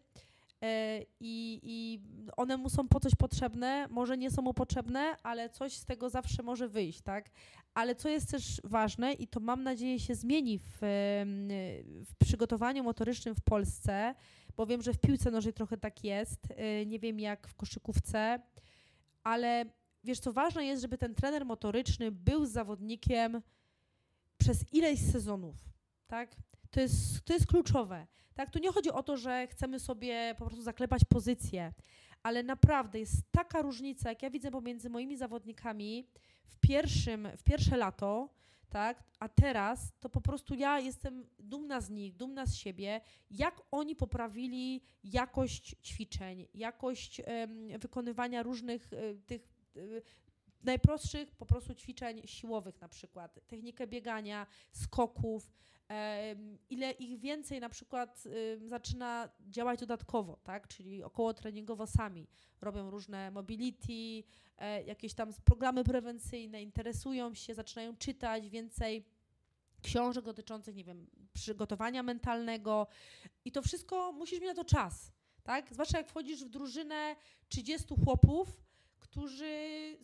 i one mu są po coś potrzebne, może nie są mu potrzebne, ale coś z tego zawsze może wyjść, tak? Ale co jest też ważne i to mam nadzieję się zmieni w przygotowaniu motorycznym w Polsce, bo wiem, że w piłce nożnej trochę tak jest, nie wiem jak w koszykówce, ale wiesz co, ważne jest, żeby ten trener motoryczny był z zawodnikiem przez ileś sezonów, tak? To jest kluczowe. Tak? Tu nie chodzi o to, że chcemy sobie po prostu zaklepać pozycję, ale naprawdę jest taka różnica, jak ja widzę pomiędzy moimi zawodnikami w pierwsze lato, tak, a teraz to po prostu ja jestem dumna z nich, dumna z siebie, jak oni poprawili jakość ćwiczeń, jakość wykonywania różnych tych najprostszych po prostu ćwiczeń siłowych na przykład, technikę biegania, skoków, ile ich więcej na przykład zaczyna działać dodatkowo, tak, czyli około treningowo sami. Robią różne mobility, jakieś tam programy prewencyjne, interesują się, zaczynają czytać więcej książek dotyczących, nie wiem, przygotowania mentalnego i to wszystko musisz mieć na to czas, tak? Zwłaszcza jak wchodzisz w drużynę 30 chłopów, którzy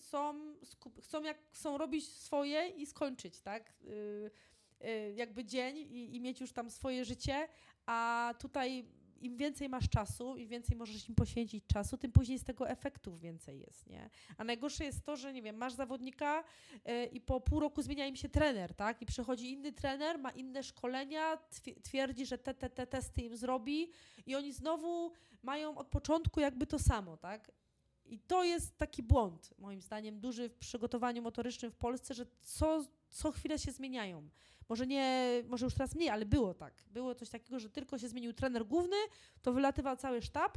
chcą robić swoje i skończyć, tak? Jakby dzień i mieć już tam swoje życie, a tutaj im więcej masz czasu, im więcej możesz im poświęcić czasu, tym później z tego efektów więcej jest, nie? A najgorsze jest to, że nie wiem, masz zawodnika i po pół roku zmienia im się trener, tak? I przychodzi inny trener, ma inne szkolenia, twierdzi, że te testy im zrobi i oni znowu mają od początku jakby to samo, tak? I to jest taki błąd, moim zdaniem, duży w przygotowaniu motorycznym w Polsce, że co chwilę się zmieniają. Może już teraz mniej, ale było tak. Było coś takiego, że tylko się zmienił trener główny, to wylatywał cały sztab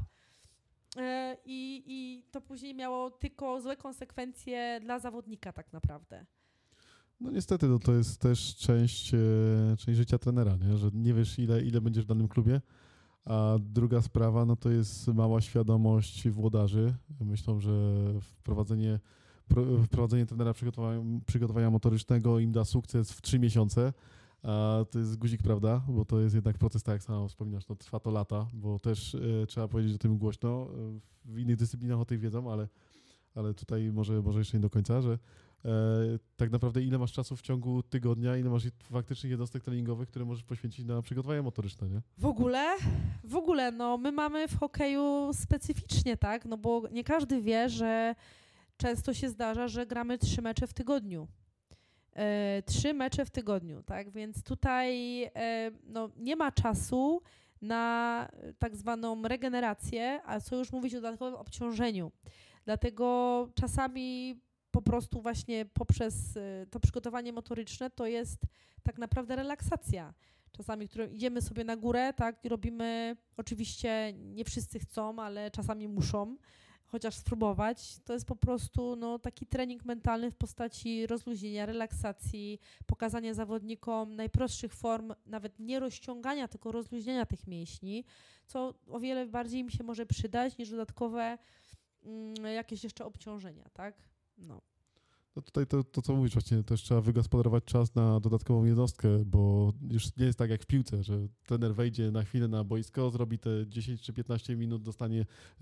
i to później miało tylko złe konsekwencje dla zawodnika tak naprawdę. No niestety, to jest też część życia trenera, nie? Że nie wiesz ile będziesz w danym klubie. A druga sprawa, no to jest mała świadomość włodarzy. Myślą, że wprowadzenie trenera przygotowania motorycznego im da sukces w 3 miesiące. A to jest guzik, prawda? Bo to jest jednak proces, tak jak sama wspominasz, no trwa to lata, bo też trzeba powiedzieć o tym głośno. W innych dyscyplinach o tej wiedzą, ale tutaj może jeszcze nie do końca, że tak naprawdę ile masz czasu w ciągu tygodnia, ile masz faktycznych jednostek treningowych, które możesz poświęcić na przygotowanie motoryczne, nie? W ogóle, no my mamy w hokeju specyficznie, tak, no bo nie każdy wie, że często się zdarza, że gramy 3 mecze w tygodniu. 3 mecze w tygodniu, tak, więc tutaj no, nie ma czasu na tak zwaną regenerację, a co już mówić o dodatkowym obciążeniu. Dlatego czasami po prostu właśnie poprzez to przygotowanie motoryczne to jest tak naprawdę relaksacja. Czasami, którą idziemy sobie na górę, tak, i robimy, oczywiście nie wszyscy chcą, ale czasami muszą, chociaż spróbować. To jest po prostu no, taki trening mentalny w postaci rozluźnienia, relaksacji, pokazania zawodnikom najprostszych form, nawet nie rozciągania, tylko rozluźnienia tych mięśni, co o wiele bardziej im się może przydać niż dodatkowe jakieś jeszcze obciążenia, tak? No tutaj to, co mówisz, właśnie też trzeba wygospodarować czas na dodatkową jednostkę, bo już nie jest tak jak w piłce, że trener wejdzie na chwilę na boisko, zrobi te 10 czy 15 minut, dostanie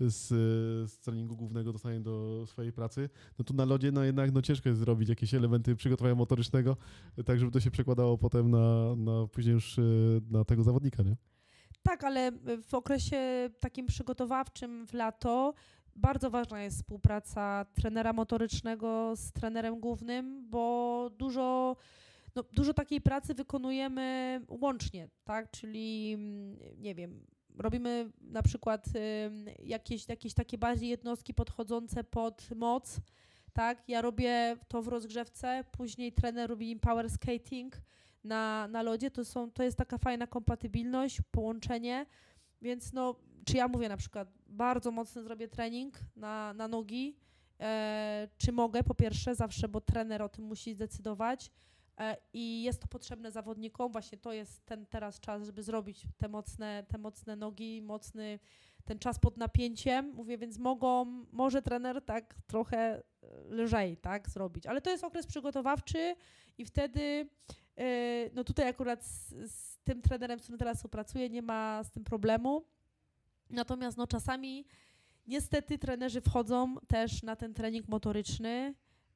z treningu głównego, dostanie do swojej pracy. No tu na lodzie jednak ciężko jest zrobić jakieś elementy przygotowania motorycznego, tak żeby to się przekładało potem na później już na tego zawodnika, nie? Tak, ale w okresie takim przygotowawczym w lato bardzo ważna jest współpraca trenera motorycznego z trenerem głównym, bo dużo takiej pracy wykonujemy łącznie, tak? Czyli nie wiem, robimy na przykład jakieś takie bardziej jednostki podchodzące pod moc, tak? Ja robię to w rozgrzewce, później trener robi im power skating na lodzie, to jest taka fajna kompatybilność, połączenie, więc no, czy ja mówię na przykład, bardzo mocny zrobię trening na nogi, czy mogę, po pierwsze, zawsze, bo trener o tym musi zdecydować i jest to potrzebne zawodnikom, właśnie to jest ten teraz czas, żeby zrobić te mocne nogi, mocny ten czas pod napięciem, mówię, więc może trener tak trochę lżej, tak, zrobić, ale to jest okres przygotowawczy i wtedy no tutaj akurat z tym trenerem, z którym teraz współpracuję, nie ma z tym problemu. Natomiast no czasami niestety trenerzy wchodzą też na ten trening motoryczny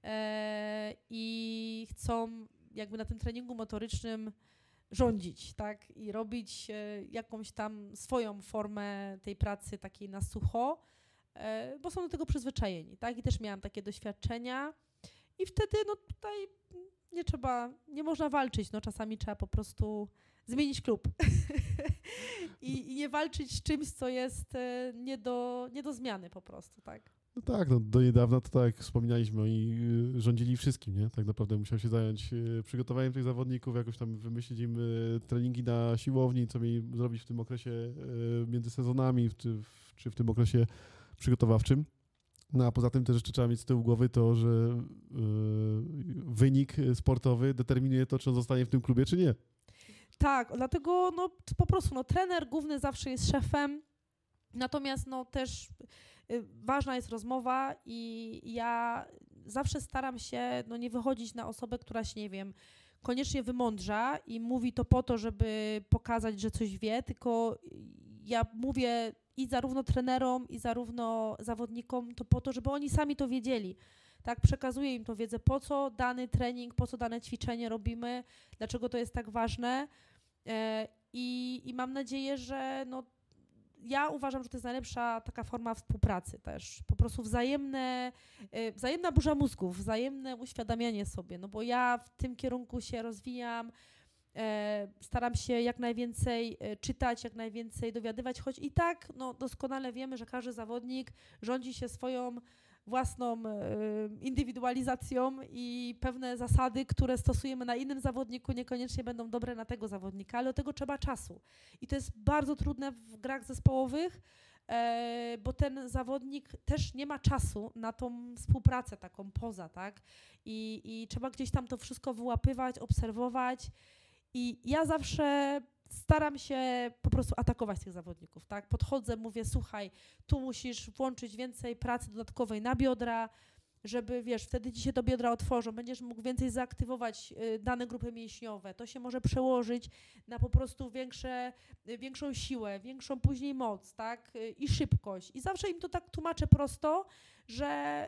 i chcą jakby na tym treningu motorycznym rządzić, tak? I robić jakąś tam swoją formę tej pracy takiej na sucho, bo są do tego przyzwyczajeni, tak? I też miałam takie doświadczenia i wtedy no tutaj nie można walczyć, no czasami trzeba po prostu zmienić klub i nie walczyć z czymś, co jest nie do zmiany po prostu, tak? No tak, no do niedawna to tak jak wspominaliśmy, oni rządzili wszystkim, nie? Tak naprawdę musiał się zająć przygotowaniem tych zawodników, jakoś tam wymyślić im treningi na siłowni, co mieli zrobić w tym okresie między sezonami, czy w tym okresie przygotowawczym. No a poza tym też jeszcze trzeba mieć z tyłu głowy to, że wynik sportowy determinuje to, czy on zostanie w tym klubie, czy nie. Tak, dlatego no, po prostu no, trener główny zawsze jest szefem, natomiast no, też ważna jest rozmowa i ja zawsze staram się no, nie wychodzić na osobę, która się, nie wiem, koniecznie wymądrza i mówi to po to, żeby pokazać, że coś wie, tylko ja mówię i zarówno trenerom, i zarówno zawodnikom to po to, żeby oni sami to wiedzieli. Tak, przekazuję im tą wiedzę, po co dany trening, po co dane ćwiczenie robimy, dlaczego to jest tak ważne i mam nadzieję, że no, ja uważam, że to jest najlepsza taka forma współpracy też. Po prostu wzajemna burza mózgów, wzajemne uświadamianie sobie, no bo ja w tym kierunku się rozwijam, staram się jak najwięcej czytać, jak najwięcej dowiadywać, choć i tak no, doskonale wiemy, że każdy zawodnik rządzi się swoją własną indywidualizacją i pewne zasady, które stosujemy na innym zawodniku, niekoniecznie będą dobre na tego zawodnika, ale do tego trzeba czasu. I to jest bardzo trudne w grach zespołowych, bo ten zawodnik też nie ma czasu na tą współpracę taką poza, tak? I trzeba gdzieś tam to wszystko wyłapywać, obserwować. I ja zawsze staram się po prostu atakować tych zawodników, tak? Podchodzę, mówię, słuchaj, tu musisz włączyć więcej pracy dodatkowej na biodra, żeby, wiesz, wtedy ci się to biodra otworzą, będziesz mógł więcej zaaktywować dane grupy mięśniowe. To się może przełożyć na po prostu większą siłę, większą później moc, tak? I szybkość. I zawsze im to tak tłumaczę prosto, że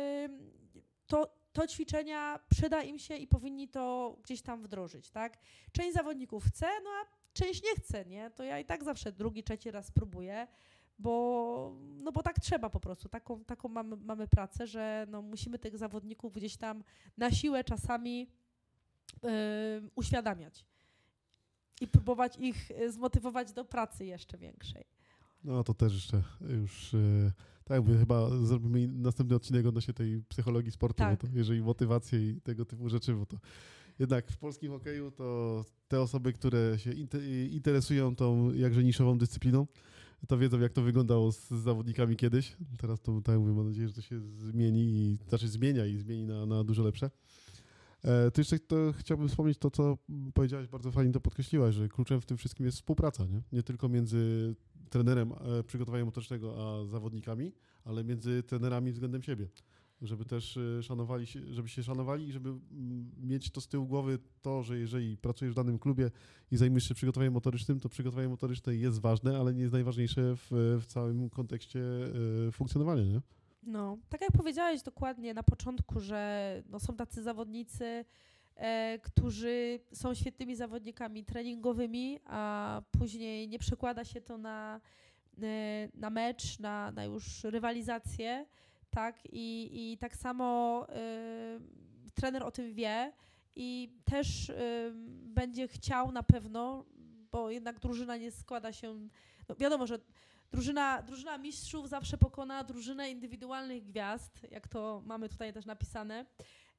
to ćwiczenia przyda im się i powinni to gdzieś tam wdrożyć, tak? Część zawodników chce, no a część nie chce, nie? To ja i tak zawsze drugi, trzeci raz spróbuję, bo tak trzeba po prostu. Taką mamy pracę, że no musimy tych zawodników gdzieś tam na siłę czasami uświadamiać i próbować ich zmotywować do pracy jeszcze większej. No to też jeszcze już, tak jakby chyba zrobimy następny odcinek odnośnie tej psychologii sportu, Tak. bo to jeżeli motywację i tego typu rzeczy, bo to jednak w polskim hokeju to te osoby, które się interesują tą jakże niszową dyscypliną, to wiedzą, jak to wyglądało z zawodnikami kiedyś. Teraz to, tak mówię, mam nadzieję, że to się zmieni, zmienia i zmieni na dużo lepsze. To jeszcze chciałbym wspomnieć to, co powiedziałaś, bardzo fajnie to podkreśliłaś, że kluczem w tym wszystkim jest współpraca, nie tylko między trenerem przygotowania motorycznego a zawodnikami, ale między trenerami względem siebie. Żeby też żeby się szanowali i żeby mieć to z tyłu głowy to, że jeżeli pracujesz w danym klubie i zajmujesz się przygotowaniem motorycznym, to przygotowanie motoryczne jest ważne, ale nie jest najważniejsze w całym kontekście funkcjonowania, nie? No, tak jak powiedziałeś dokładnie na początku, że no, są tacy zawodnicy, którzy są świetnymi zawodnikami treningowymi, a później nie przekłada się to na mecz, na już rywalizację, tak? I tak samo trener o tym wie i też będzie chciał na pewno, bo jednak drużyna nie składa się, no wiadomo, że drużyna mistrzów zawsze pokona drużynę indywidualnych gwiazd, jak to mamy tutaj też napisane.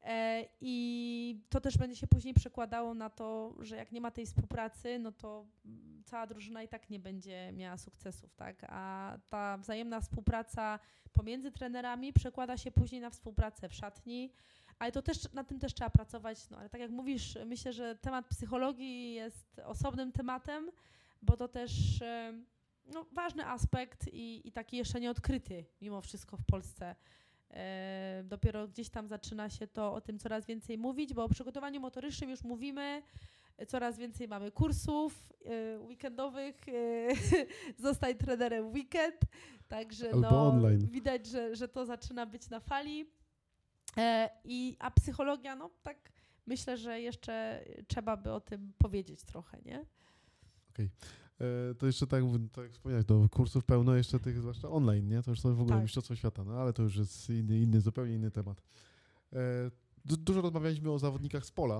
I to też będzie się później przekładało na to, że jak nie ma tej współpracy, no to cała drużyna i tak nie będzie miała sukcesów, tak? A ta wzajemna współpraca pomiędzy trenerami przekłada się później na współpracę w szatni, ale to też nad tym też trzeba pracować. No ale tak jak mówisz, myślę, że temat psychologii jest osobnym tematem, bo to też no, ważny aspekt i taki jeszcze nieodkryty mimo wszystko w Polsce. Dopiero gdzieś tam zaczyna się to o tym coraz więcej mówić, bo o przygotowaniu motorycznym już mówimy, coraz więcej mamy kursów weekendowych, zostań trenerem w weekend, także albo online. Widać, że to zaczyna być na fali. A psychologia, no tak myślę, że jeszcze trzeba by o tym powiedzieć trochę, nie? Okej. To jeszcze tak jak wspomniałeś, do kursów pełno jeszcze tych, zwłaszcza online, nie? To już są w ogóle mistrzostwa świata, no ale to już jest zupełnie inny temat. Dużo rozmawialiśmy o zawodnikach z pola,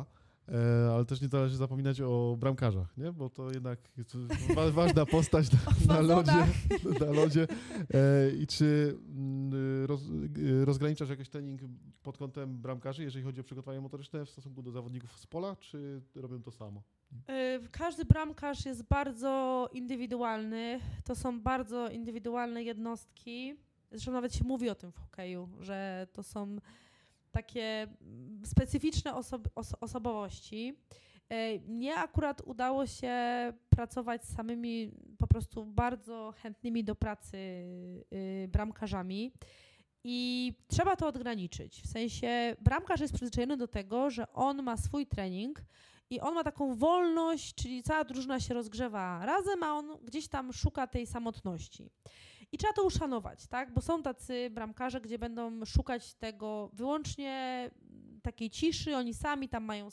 Ale też nie należy zapominać o bramkarzach, nie? Bo to jednak jest ważna postać na lodzie. I czy rozgraniczasz jakiś trening pod kątem bramkarzy, jeżeli chodzi o przygotowanie motoryczne w stosunku do zawodników z pola, czy robią to samo? Każdy bramkarz jest bardzo indywidualny. To są bardzo indywidualne jednostki. Zresztą nawet się mówi o tym w hokeju, że to są takie specyficzne osobowości. Mnie akurat udało się pracować z samymi po prostu bardzo chętnymi do pracy bramkarzami i trzeba to odgraniczyć. W sensie bramkarz jest przyzwyczajony do tego, że on ma swój trening i on ma taką wolność, czyli cała drużyna się rozgrzewa razem, a on gdzieś tam szuka tej samotności. I trzeba to uszanować, tak? Bo są tacy bramkarze, gdzie będą szukać tego wyłącznie takiej ciszy, oni sami tam mają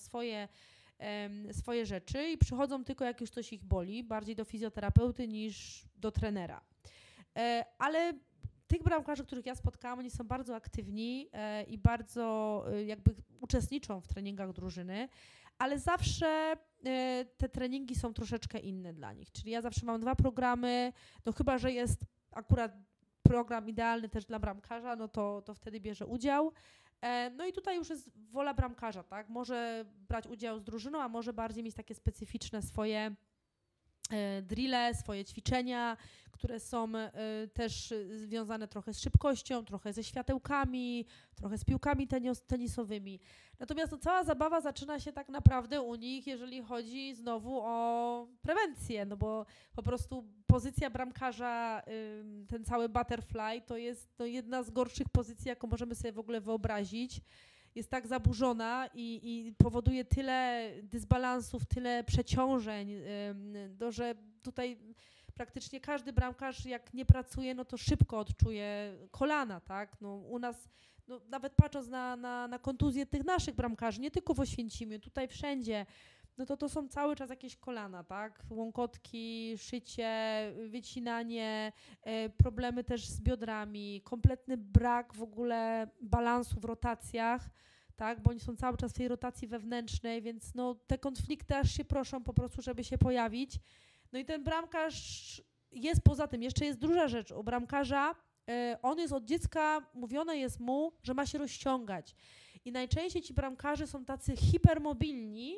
swoje rzeczy i przychodzą tylko jak już coś ich boli, bardziej do fizjoterapeuty niż do trenera. Ale tych bramkarzy, których ja spotkałam, oni są bardzo aktywni i bardzo jakby uczestniczą w treningach drużyny, ale zawsze te treningi są troszeczkę inne dla nich. Czyli ja zawsze mam 2 programy, no chyba że jest akurat program idealny też dla bramkarza, no to wtedy bierze udział. No i tutaj już jest wola bramkarza, tak? Może brać udział z drużyną, a może bardziej mieć takie specyficzne swoje drille, swoje ćwiczenia, które są też związane trochę z szybkością, trochę ze światełkami, trochę z piłkami tenisowymi. Natomiast no, cała zabawa zaczyna się tak naprawdę u nich, jeżeli chodzi znowu o prewencję, no bo po prostu pozycja bramkarza, ten cały butterfly, to jest jedna z gorszych pozycji, jaką możemy sobie w ogóle wyobrazić. Jest tak zaburzona i powoduje tyle dysbalansów, tyle przeciążeń, że tutaj praktycznie każdy bramkarz, jak nie pracuje, no to szybko odczuje kolana, tak? No, u nas, no, nawet patrząc na kontuzje tych naszych bramkarzy, nie tylko w Oświęcimiu, tutaj wszędzie, no to są cały czas jakieś kolana, tak? Łąkotki, szycie, wycinanie, problemy też z biodrami, kompletny brak w ogóle balansu w rotacjach, tak? Bo oni są cały czas w tej rotacji wewnętrznej, więc no, te konflikty aż się proszą po prostu, żeby się pojawić. No i ten bramkarz jest poza tym, jeszcze jest druga rzecz u bramkarza, on jest od dziecka, mówione jest mu, że ma się rozciągać. I najczęściej ci bramkarze są tacy hipermobilni,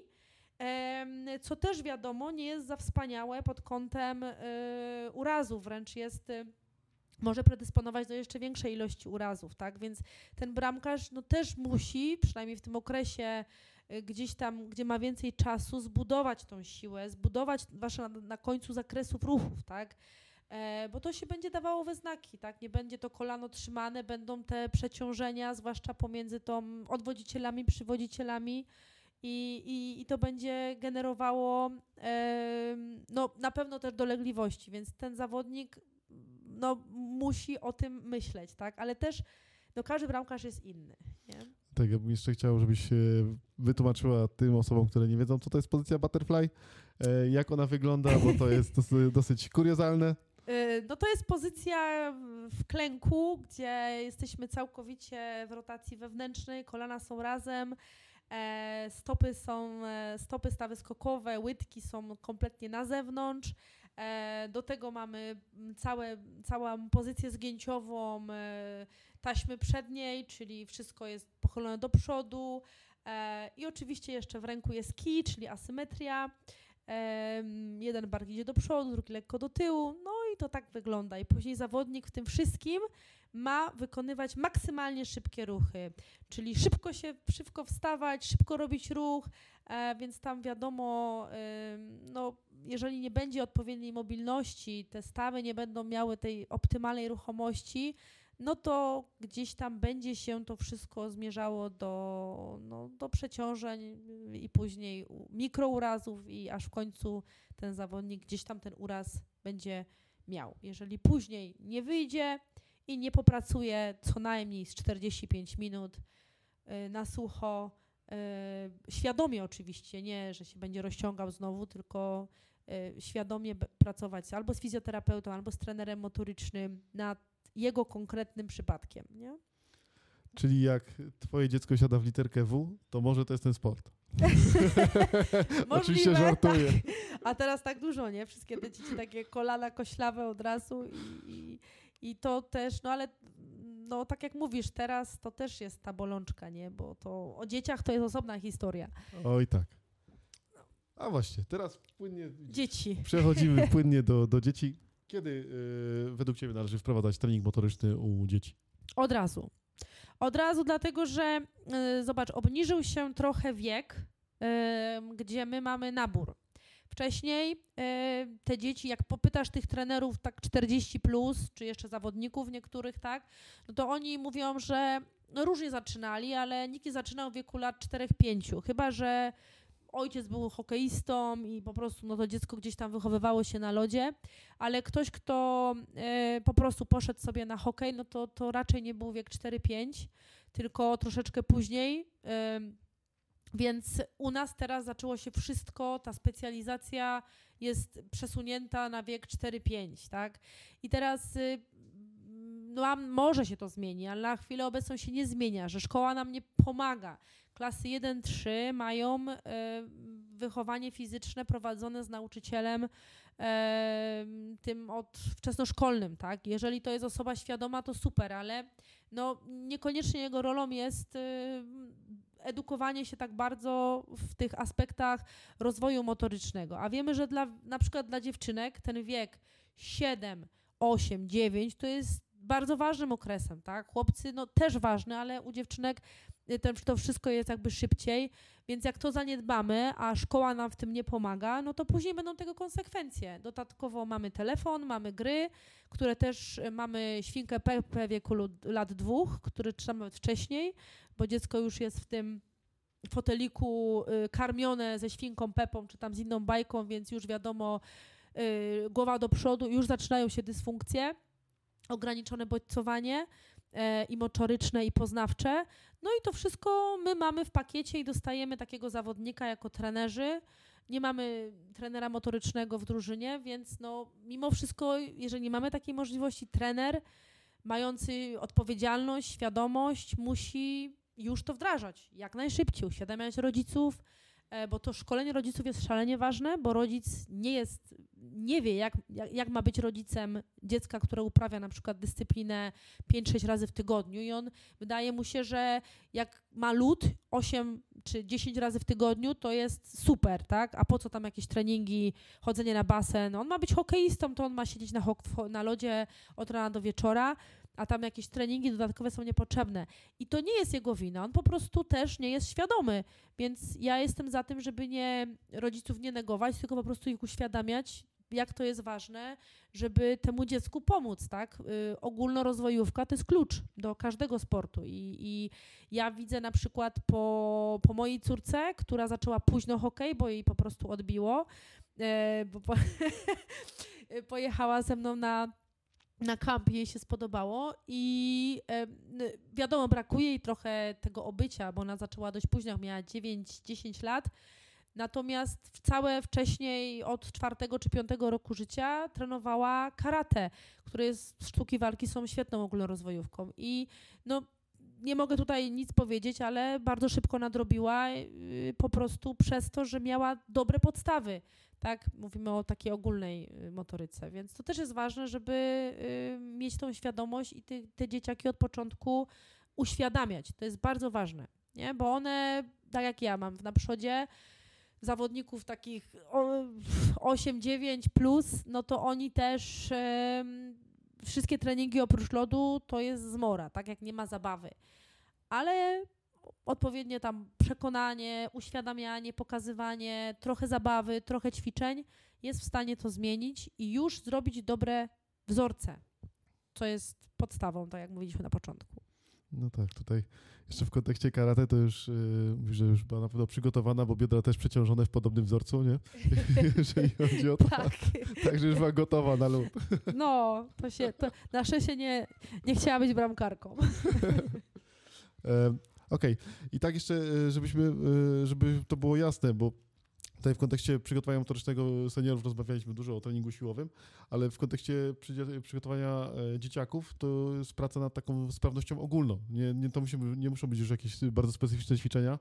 co też wiadomo nie jest za wspaniałe pod kątem urazów, wręcz jest, może predysponować do jeszcze większej ilości urazów, tak? Więc ten bramkarz no, też musi, przynajmniej w tym okresie gdzieś tam, gdzie ma więcej czasu, zbudować tą siłę, zbudować na końcu zakresów ruchów, tak? Bo to się będzie dawało we znaki, tak? Nie będzie to kolano trzymane, będą te przeciążenia, zwłaszcza pomiędzy tą odwodzicielami, przywodzicielami, i to będzie generowało no, na pewno też dolegliwości, więc ten zawodnik no, musi o tym myśleć, tak? Ale też no, każdy bramkarz jest inny, nie? Tak, ja bym jeszcze chciał, żebyś wytłumaczyła tym osobom, które nie wiedzą, co to jest pozycja butterfly, jak ona wygląda, bo to jest dosyć kuriozalne. No to jest pozycja w klęku, gdzie jesteśmy całkowicie w rotacji wewnętrznej, kolana są razem, stopy stawy skokowe, łydki są kompletnie na zewnątrz. Do tego mamy całą pozycję zgięciową taśmy przedniej, czyli wszystko jest pochylone do przodu i oczywiście jeszcze w ręku jest kij, czyli asymetria. Jeden bark idzie do przodu, drugi lekko do tyłu, no i to tak wygląda. I później zawodnik w tym wszystkim ma wykonywać maksymalnie szybkie ruchy, czyli szybko wstawać, szybko robić ruch, więc tam wiadomo, no, jeżeli nie będzie odpowiedniej mobilności, te stawy nie będą miały tej optymalnej ruchomości, no to gdzieś tam będzie się to wszystko zmierzało do przeciążeń i później mikrourazów i aż w końcu ten zawodnik gdzieś tam ten uraz będzie miał. Jeżeli później nie wyjdzie i nie popracuje co najmniej z 45 minut na sucho, świadomie oczywiście, nie, że się będzie rozciągał znowu, tylko świadomie pracować albo z fizjoterapeutą, albo z trenerem motorycznym nad jego konkretnym przypadkiem, nie? Czyli jak twoje dziecko siada w literkę W, to może to jest ten sport? Oczywiście żartuję. Tak. A teraz tak dużo, nie? Wszystkie te dzieci takie kolana koślawe od razu i to też, no ale no tak jak mówisz, teraz to też jest ta bolączka, nie? Bo to o dzieciach to jest osobna historia. Oj tak. A właśnie, teraz płynnie Dzieci. przechodzimy płynnie do dzieci. Kiedy według Ciebie należy wprowadzać trening motoryczny u dzieci? Od razu. Od razu dlatego, że zobacz, obniżył się trochę wiek, gdzie my mamy nabór. Wcześniej te dzieci, jak popytasz tych trenerów tak 40+, czy jeszcze zawodników niektórych, tak, no to oni mówią, że no różnie zaczynali, ale nikt nie zaczynał w wieku lat 4-5, chyba że ojciec był hokeistą i po prostu no to dziecko gdzieś tam wychowywało się na lodzie, ale ktoś, kto po prostu poszedł sobie na hokej, no to raczej nie był wiek 4-5, tylko troszeczkę później. Więc u nas teraz zaczęło się wszystko, ta specjalizacja jest przesunięta na wiek 4-5, tak? I teraz no, może się to zmieni, ale na chwilę obecną się nie zmienia, że szkoła nam nie pomaga. Klasy 1-3 mają wychowanie fizyczne prowadzone z nauczycielem tym wczesnoszkolnym, tak? Jeżeli to jest osoba świadoma, to super, ale no, niekoniecznie jego rolą jest edukowanie się tak bardzo w tych aspektach rozwoju motorycznego. A wiemy, że na przykład dla dziewczynek ten wiek 7, 8, 9 to jest bardzo ważnym okresem, tak? Chłopcy no też ważny, ale u dziewczynek to wszystko jest jakby szybciej, więc jak to zaniedbamy, a szkoła nam w tym nie pomaga, no to później będą tego konsekwencje. Dodatkowo mamy telefon, mamy gry, które też mamy świnkę Pepę w wieku lat 2, który trzeba nawet wcześniej, bo dziecko już jest w tym foteliku karmione ze świnką Pepą, czy tam z inną bajką, więc już wiadomo, głowa do przodu, już zaczynają się dysfunkcje, ograniczone bodźcowanie i motoryczne, i poznawcze. No i to wszystko my mamy w pakiecie i dostajemy takiego zawodnika jako trenerzy. Nie mamy trenera motorycznego w drużynie, więc no mimo wszystko, jeżeli nie mamy takiej możliwości, trener mający odpowiedzialność, świadomość musi już to wdrażać jak najszybciej, uświadamiać rodziców, bo to szkolenie rodziców jest szalenie ważne, bo rodzic nie wie, jak ma być rodzicem dziecka, które uprawia na przykład dyscyplinę 5-6 razy w tygodniu i wydaje mu się, że jak ma lód 8 czy 10 razy w tygodniu, to jest super, tak? A po co tam jakieś treningi, chodzenie na basen? On ma być hokeistą, to on ma siedzieć na lodzie od rana do wieczora, a tam jakieś treningi dodatkowe są niepotrzebne. I to nie jest jego wina, on po prostu też nie jest świadomy, więc ja jestem za tym, żeby rodziców nie negować, tylko po prostu ich uświadamiać, jak to jest ważne, żeby temu dziecku pomóc, tak? Ogólnorozwojówka to jest klucz do każdego sportu i ja widzę na przykład po mojej córce, która zaczęła późno hokej, bo jej po prostu odbiło, pojechała ze mną na kamp, jej się spodobało i wiadomo, brakuje jej trochę tego obycia, bo ona zaczęła dość późno, jak miała 9-10 lat, natomiast całe wcześniej od 4 czy 5 roku życia trenowała karate, które sztuki walki są świetną ogólnorozwojówką i no nie mogę tutaj nic powiedzieć, ale bardzo szybko nadrobiła po prostu przez to, że miała dobre podstawy. Tak, mówimy o takiej ogólnej motoryce, więc to też jest ważne, żeby mieć tą świadomość i te dzieciaki od początku uświadamiać. To jest bardzo ważne, nie? Bo one, tak jak ja mam na przodzie zawodników takich 8-9+, no to oni też wszystkie treningi oprócz lodu to jest zmora, tak jak nie ma zabawy. Ale odpowiednie tam przekonanie, uświadamianie, pokazywanie, trochę zabawy, trochę ćwiczeń jest w stanie to zmienić i już zrobić dobre wzorce, co jest podstawą, tak jak mówiliśmy na początku. No tak, tutaj jeszcze w kontekście karate to już mówisz, że już była na pewno przygotowana, bo biodra też przeciążone w podobnym wzorcu, nie? Jeżeli chodzi o to. Tak. Także już była gotowa na lód. No, na szczęście nie chciała być bramkarką. Okej. I tak jeszcze, żeby to było jasne, bo tutaj w kontekście przygotowania motorycznego seniorów rozmawialiśmy dużo o treningu siłowym, ale w kontekście przygotowania dzieciaków to jest praca nad taką sprawnością ogólną. Nie muszą być już jakieś bardzo specyficzne ćwiczenia,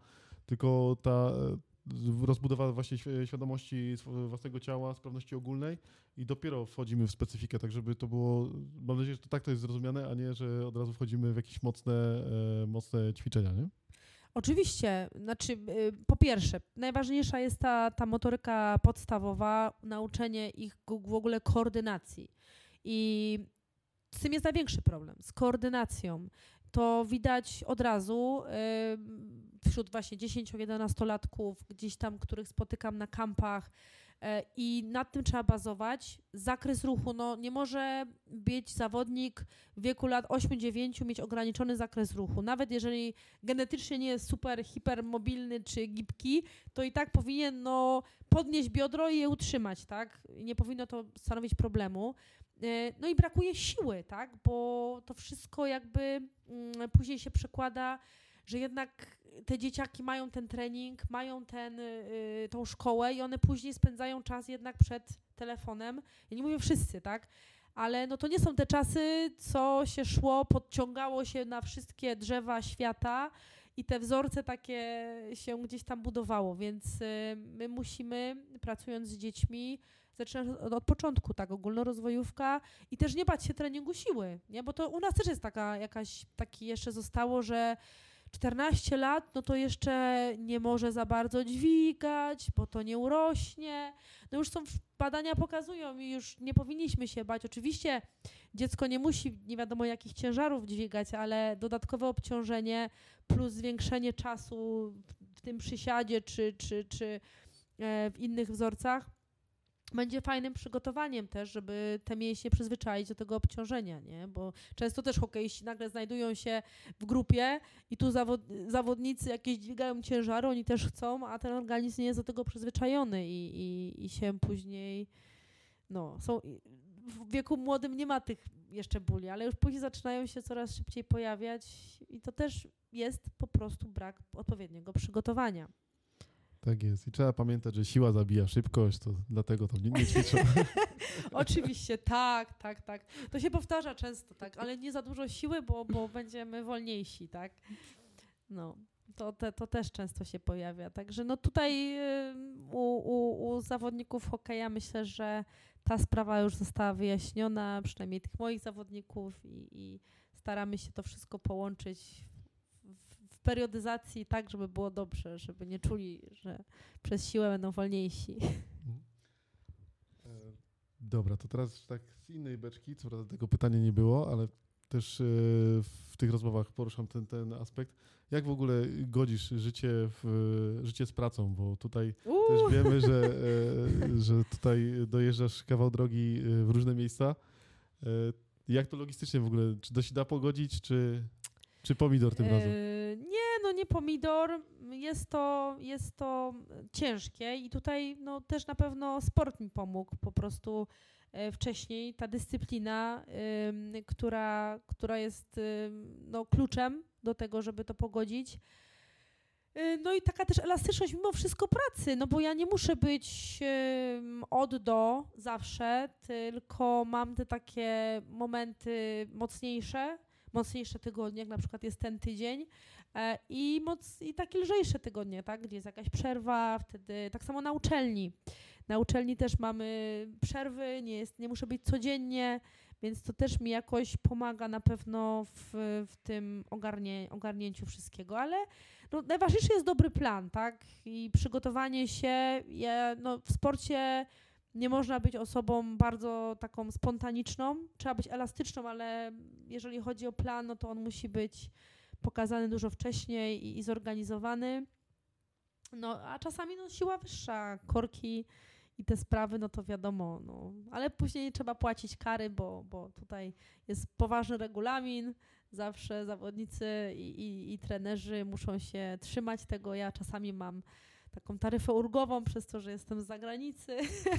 tylko ta rozbudowa właśnie świadomości własnego ciała, sprawności ogólnej i dopiero wchodzimy w specyfikę, tak żeby to było, mam nadzieję, że to tak to jest zrozumiane, a nie, że od razu wchodzimy w jakieś mocne ćwiczenia, nie? Oczywiście, znaczy po pierwsze, najważniejsza jest ta motoryka podstawowa, nauczenie ich w ogóle koordynacji i z tym jest największy problem, z koordynacją. To widać od razu wśród właśnie 10-11-latków, gdzieś tam, których spotykam na kampach i nad tym trzeba bazować. Zakres ruchu, no nie może być zawodnik w wieku lat 8-9 mieć ograniczony zakres ruchu. Nawet jeżeli genetycznie nie jest super hipermobilny czy gibki, to i tak powinien podnieść biodro i je utrzymać, tak? Nie powinno to stanowić problemu. No i brakuje siły, tak? Bo to wszystko jakby później się przekłada, że jednak te dzieciaki mają ten trening, mają tą szkołę i one później spędzają czas jednak przed telefonem. Ja nie mówię wszyscy, tak? Ale no to nie są te czasy, co się szło, podciągało się na wszystkie drzewa świata i te wzorce takie się gdzieś tam budowało, więc my musimy, pracując z dziećmi, zaczynać od początku, tak, ogólnorozwojówka i też nie bać się treningu siły, nie? Bo to u nas też jest taki jeszcze zostało, że 14 lat, no to jeszcze nie może za bardzo dźwigać, bo to nie urośnie. No już badania pokazują i już nie powinniśmy się bać. Oczywiście dziecko nie musi nie wiadomo jakich ciężarów dźwigać, ale dodatkowe obciążenie plus zwiększenie czasu w tym przysiadzie czy w innych wzorcach będzie fajnym przygotowaniem też, żeby te mięśnie przyzwyczaić do tego obciążenia, nie? Bo często też hokeiści nagle znajdują się w grupie i tu zawodnicy jakieś dźwigają ciężary, oni też chcą, a ten organizm nie jest do tego przyzwyczajony i się później, w wieku młodym nie ma tych jeszcze bóli, ale już później zaczynają się coraz szybciej pojawiać i to też jest po prostu brak odpowiedniego przygotowania. Tak jest. I trzeba pamiętać, że siła zabija szybkość, to dlatego tam nie ćwiczą. Oczywiście, tak. To się powtarza często, tak, ale nie za dużo siły, bo będziemy wolniejsi, tak. No, to też często się pojawia. Także no tutaj u zawodników hokeja myślę, że ta sprawa już została wyjaśniona, przynajmniej tych moich zawodników i staramy się to wszystko połączyć w periodyzacji tak, żeby było dobrze, żeby nie czuli, że przez siłę będą wolniejsi. Dobra, to teraz tak z innej beczki, co prawda tego pytania nie było, ale też w tych rozmowach poruszam ten aspekt. Jak w ogóle godzisz życie z pracą? Bo tutaj też wiemy, że tutaj dojeżdżasz kawał drogi w różne miejsca. Jak to logistycznie w ogóle? Czy to się da pogodzić, czy pomidor tym razem? Nie pomidor. Jest to ciężkie i tutaj też na pewno sport mi pomógł po prostu wcześniej. Ta dyscyplina, która jest kluczem do tego, żeby to pogodzić. No i taka też elastyczność mimo wszystko pracy, no bo ja nie muszę być od do zawsze, tylko mam te takie momenty mocniejsze tygodnie, jak na przykład jest ten tydzień i takie lżejsze tygodnie, tak, gdzie jest jakaś przerwa, wtedy tak samo na uczelni. Na uczelni też mamy przerwy, nie muszę być codziennie, więc to też mi jakoś pomaga na pewno w tym ogarnięciu wszystkiego, ale najważniejszy jest dobry plan, tak, i przygotowanie się. W sporcie nie można być osobą bardzo taką spontaniczną, trzeba być elastyczną, ale jeżeli chodzi o plan, no to on musi być pokazany dużo wcześniej i zorganizowany. A czasami siła wyższa, korki i te sprawy, to wiadomo, ale później trzeba płacić kary, bo tutaj jest poważny regulamin, zawsze zawodnicy i trenerzy muszą się trzymać tego. Ja czasami mam taką taryfę ulgową przez to, że jestem z zagranicy.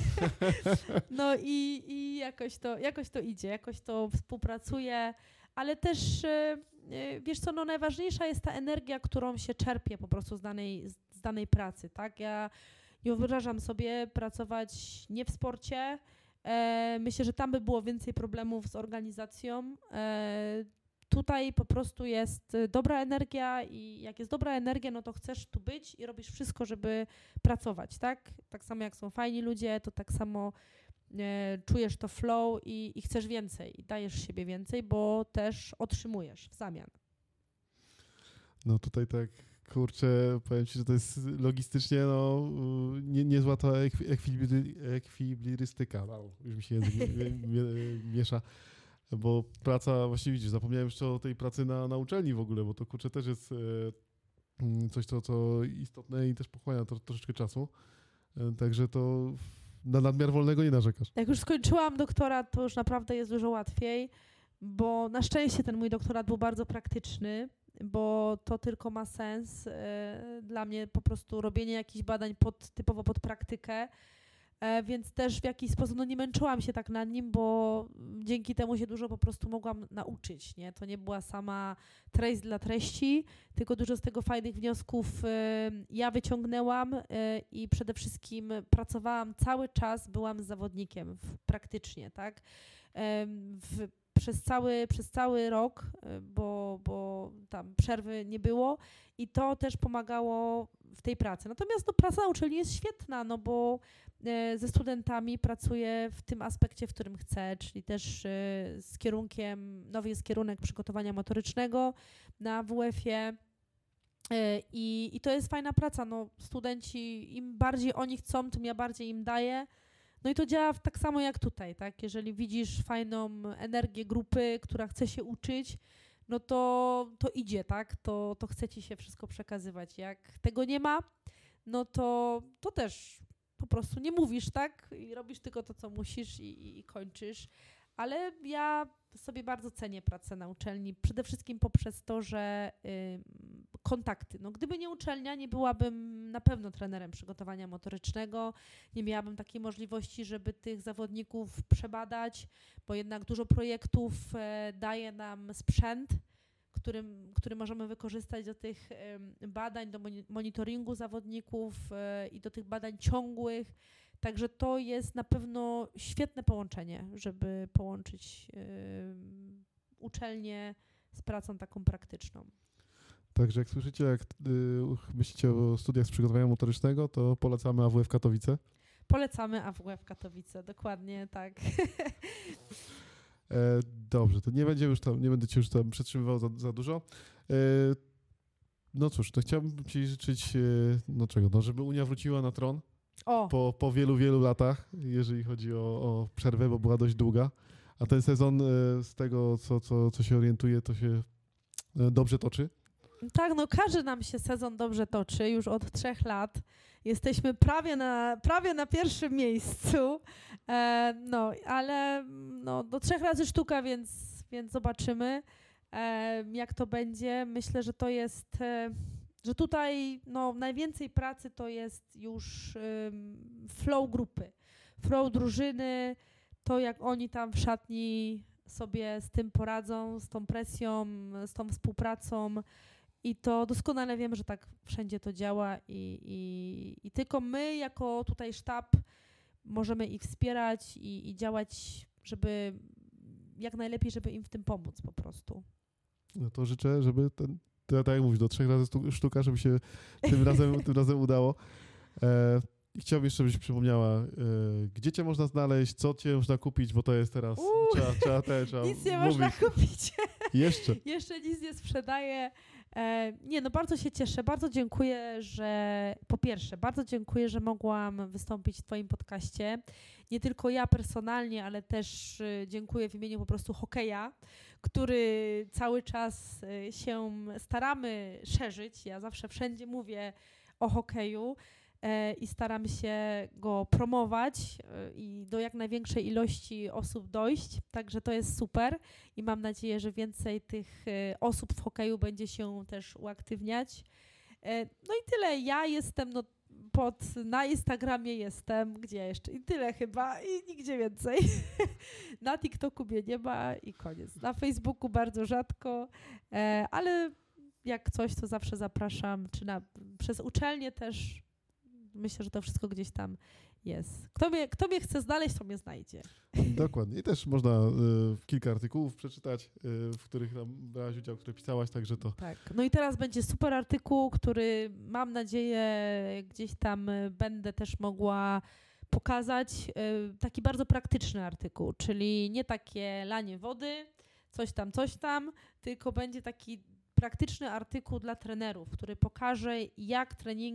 I jakoś to idzie, jakoś to współpracuje, ale też wiesz co, najważniejsza jest ta energia, którą się czerpie po prostu z danej pracy, tak? Ja nie wyobrażam sobie pracować nie w sporcie. Myślę, że tam by było więcej problemów z organizacją. tutaj po prostu jest dobra energia i jak jest dobra energia, no to chcesz tu być i robisz wszystko, żeby pracować, tak? Tak samo jak są fajni ludzie, to tak samo czujesz to flow i chcesz więcej, i dajesz siebie więcej, bo też otrzymujesz w zamian. No tutaj tak, kurczę, powiem ci, że to jest logistycznie niezła ta ekwilibrystyka. Wow, już mi się język miesza. Bo praca, właśnie widzisz, zapomniałem jeszcze o tej pracy na uczelni w ogóle, bo to kurczę też jest coś, co istotne i też pochłania troszeczkę czasu. Także to na nadmiar wolnego nie narzekasz. Jak już skończyłam doktorat, to już naprawdę jest dużo łatwiej, bo na szczęście ten mój doktorat był bardzo praktyczny, bo to tylko ma sens dla mnie po prostu robienie jakichś badań typowo pod praktykę, więc też w jakiś sposób nie męczyłam się tak nad nim, bo dzięki temu się dużo po prostu mogłam nauczyć, nie? To nie była sama treść dla treści, tylko dużo z tego fajnych wniosków ja wyciągnęłam i przede wszystkim pracowałam cały czas, byłam zawodnikiem praktycznie, tak? Przez cały rok, bo tam przerwy nie było i to też pomagało w tej pracy. Natomiast praca na uczelni jest świetna, bo ze studentami pracuję w tym aspekcie, w którym chcę, czyli też z kierunkiem, nowy jest kierunek przygotowania motorycznego na WF-ie i to jest fajna praca. Studenci, im bardziej oni chcą, tym ja bardziej im daję. No i to działa tak samo jak tutaj, tak? Jeżeli widzisz fajną energię grupy, która chce się uczyć, no to idzie, tak? To chce ci się wszystko przekazywać. Jak tego nie ma, no to też po prostu nie mówisz, tak? I robisz tylko to, co musisz i kończysz. Ale ja sobie bardzo cenię pracę na uczelni, przede wszystkim poprzez to, że kontakty. Gdyby nie uczelnia, nie byłabym na pewno trenerem przygotowania motorycznego, nie miałabym takiej możliwości, żeby tych zawodników przebadać, bo jednak dużo projektów daje nam sprzęt, który możemy wykorzystać do tych badań, do monitoringu zawodników i do tych badań ciągłych. Także to jest na pewno świetne połączenie, żeby połączyć uczelnię z pracą taką praktyczną. Także jak słyszycie, jak myślicie o studiach z przygotowania motorycznego, to polecamy AWF Katowice. Polecamy AWF Katowice, dokładnie tak. Dobrze, to nie będę cię już tam przetrzymywał za dużo. No cóż, to chciałbym ci życzyć żeby Unia wróciła na tron. Po wielu, wielu latach, jeżeli chodzi o przerwę, bo była dość długa, a ten sezon z tego, co się orientuje, to się dobrze toczy. Tak, każe nam się sezon dobrze toczy już od 3 lat. Jesteśmy prawie na pierwszym miejscu, ale do 3 razy sztuka, więc zobaczymy, jak to będzie. Myślę, że to jest... że tutaj najwięcej pracy to jest już flow grupy, flow drużyny, to jak oni tam w szatni sobie z tym poradzą, z tą presją, z tą współpracą i to doskonale wiemy, że tak wszędzie to działa i tylko my jako tutaj sztab możemy ich wspierać i działać, żeby jak najlepiej, żeby im w tym pomóc po prostu. No to życzę, żeby tak jak mówisz, do 3 razy sztuka, żeby się tym razem udało. I chciałbym jeszcze, żebyś przypomniała, gdzie cię można znaleźć, co cię można kupić, bo to jest teraz, trzeba nic nie mówić. można kupić. Jeszcze nic nie sprzedaję. Bardzo się cieszę, bardzo dziękuję, bardzo dziękuję, że mogłam wystąpić w twoim podcaście. Nie tylko ja personalnie, ale też dziękuję w imieniu po prostu hokeja, który cały czas się staramy szerzyć. Ja zawsze wszędzie mówię o hokeju i staram się go promować i do jak największej ilości osób dojść, także to jest super i mam nadzieję, że więcej tych osób w hokeju będzie się też uaktywniać. No i tyle, ja jestem na Instagramie jestem, gdzie jeszcze? I tyle chyba i nigdzie więcej. Na TikToku mnie nie ma i koniec. Na Facebooku bardzo rzadko, ale jak coś, to zawsze zapraszam, czy przez uczelnię też. Myślę, że to wszystko gdzieś tam Jest. Kto mnie chce znaleźć, to mnie znajdzie. Dokładnie. I też można kilka artykułów przeczytać, w których tam brałaś udział, które pisałaś, także to... Tak. No i teraz będzie super artykuł, który mam nadzieję gdzieś tam będę też mogła pokazać. Taki bardzo praktyczny artykuł, czyli nie takie lanie wody, coś tam, tylko będzie taki praktyczny artykuł dla trenerów, który pokaże, jak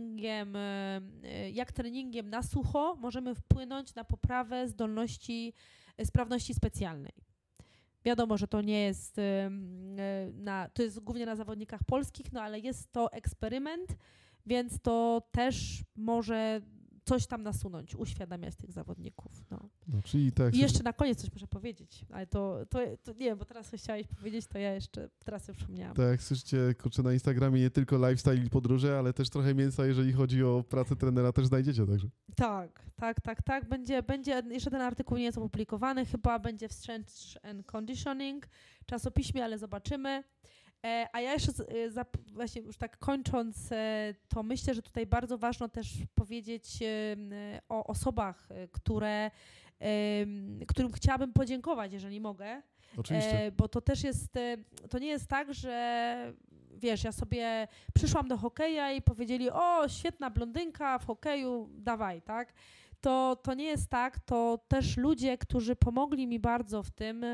treningiem na sucho możemy wpłynąć na poprawę sprawności specjalnej. Wiadomo, że to nie jest, to jest głównie na zawodnikach polskich, no ale jest to eksperyment, więc to też może coś tam nasunąć, uświadamiać tych zawodników. No, czyli tak. I jeszcze na koniec coś muszę powiedzieć, ale to nie wiem, bo teraz chciałeś powiedzieć, to ja jeszcze teraz sobie przypomniałam. Tak, jak słyszycie, kurczę, na Instagramie nie tylko lifestyle i podróże, ale też trochę mięsa, jeżeli chodzi o pracę trenera, też znajdziecie, także. Tak. Będzie, jeszcze ten artykuł nie jest opublikowany, chyba będzie w Strength and Conditioning czasopiśmie, ale zobaczymy. A ja jeszcze właśnie już tak kończąc, to myślę, że tutaj bardzo ważno też powiedzieć o osobach, którym chciałabym podziękować, jeżeli mogę. Oczywiście. Bo to też jest, to nie jest tak, że wiesz, ja sobie przyszłam do hokeja i powiedzieli, o, świetna blondynka w hokeju, dawaj, tak? To nie jest tak, to też ludzie, którzy pomogli mi bardzo w tym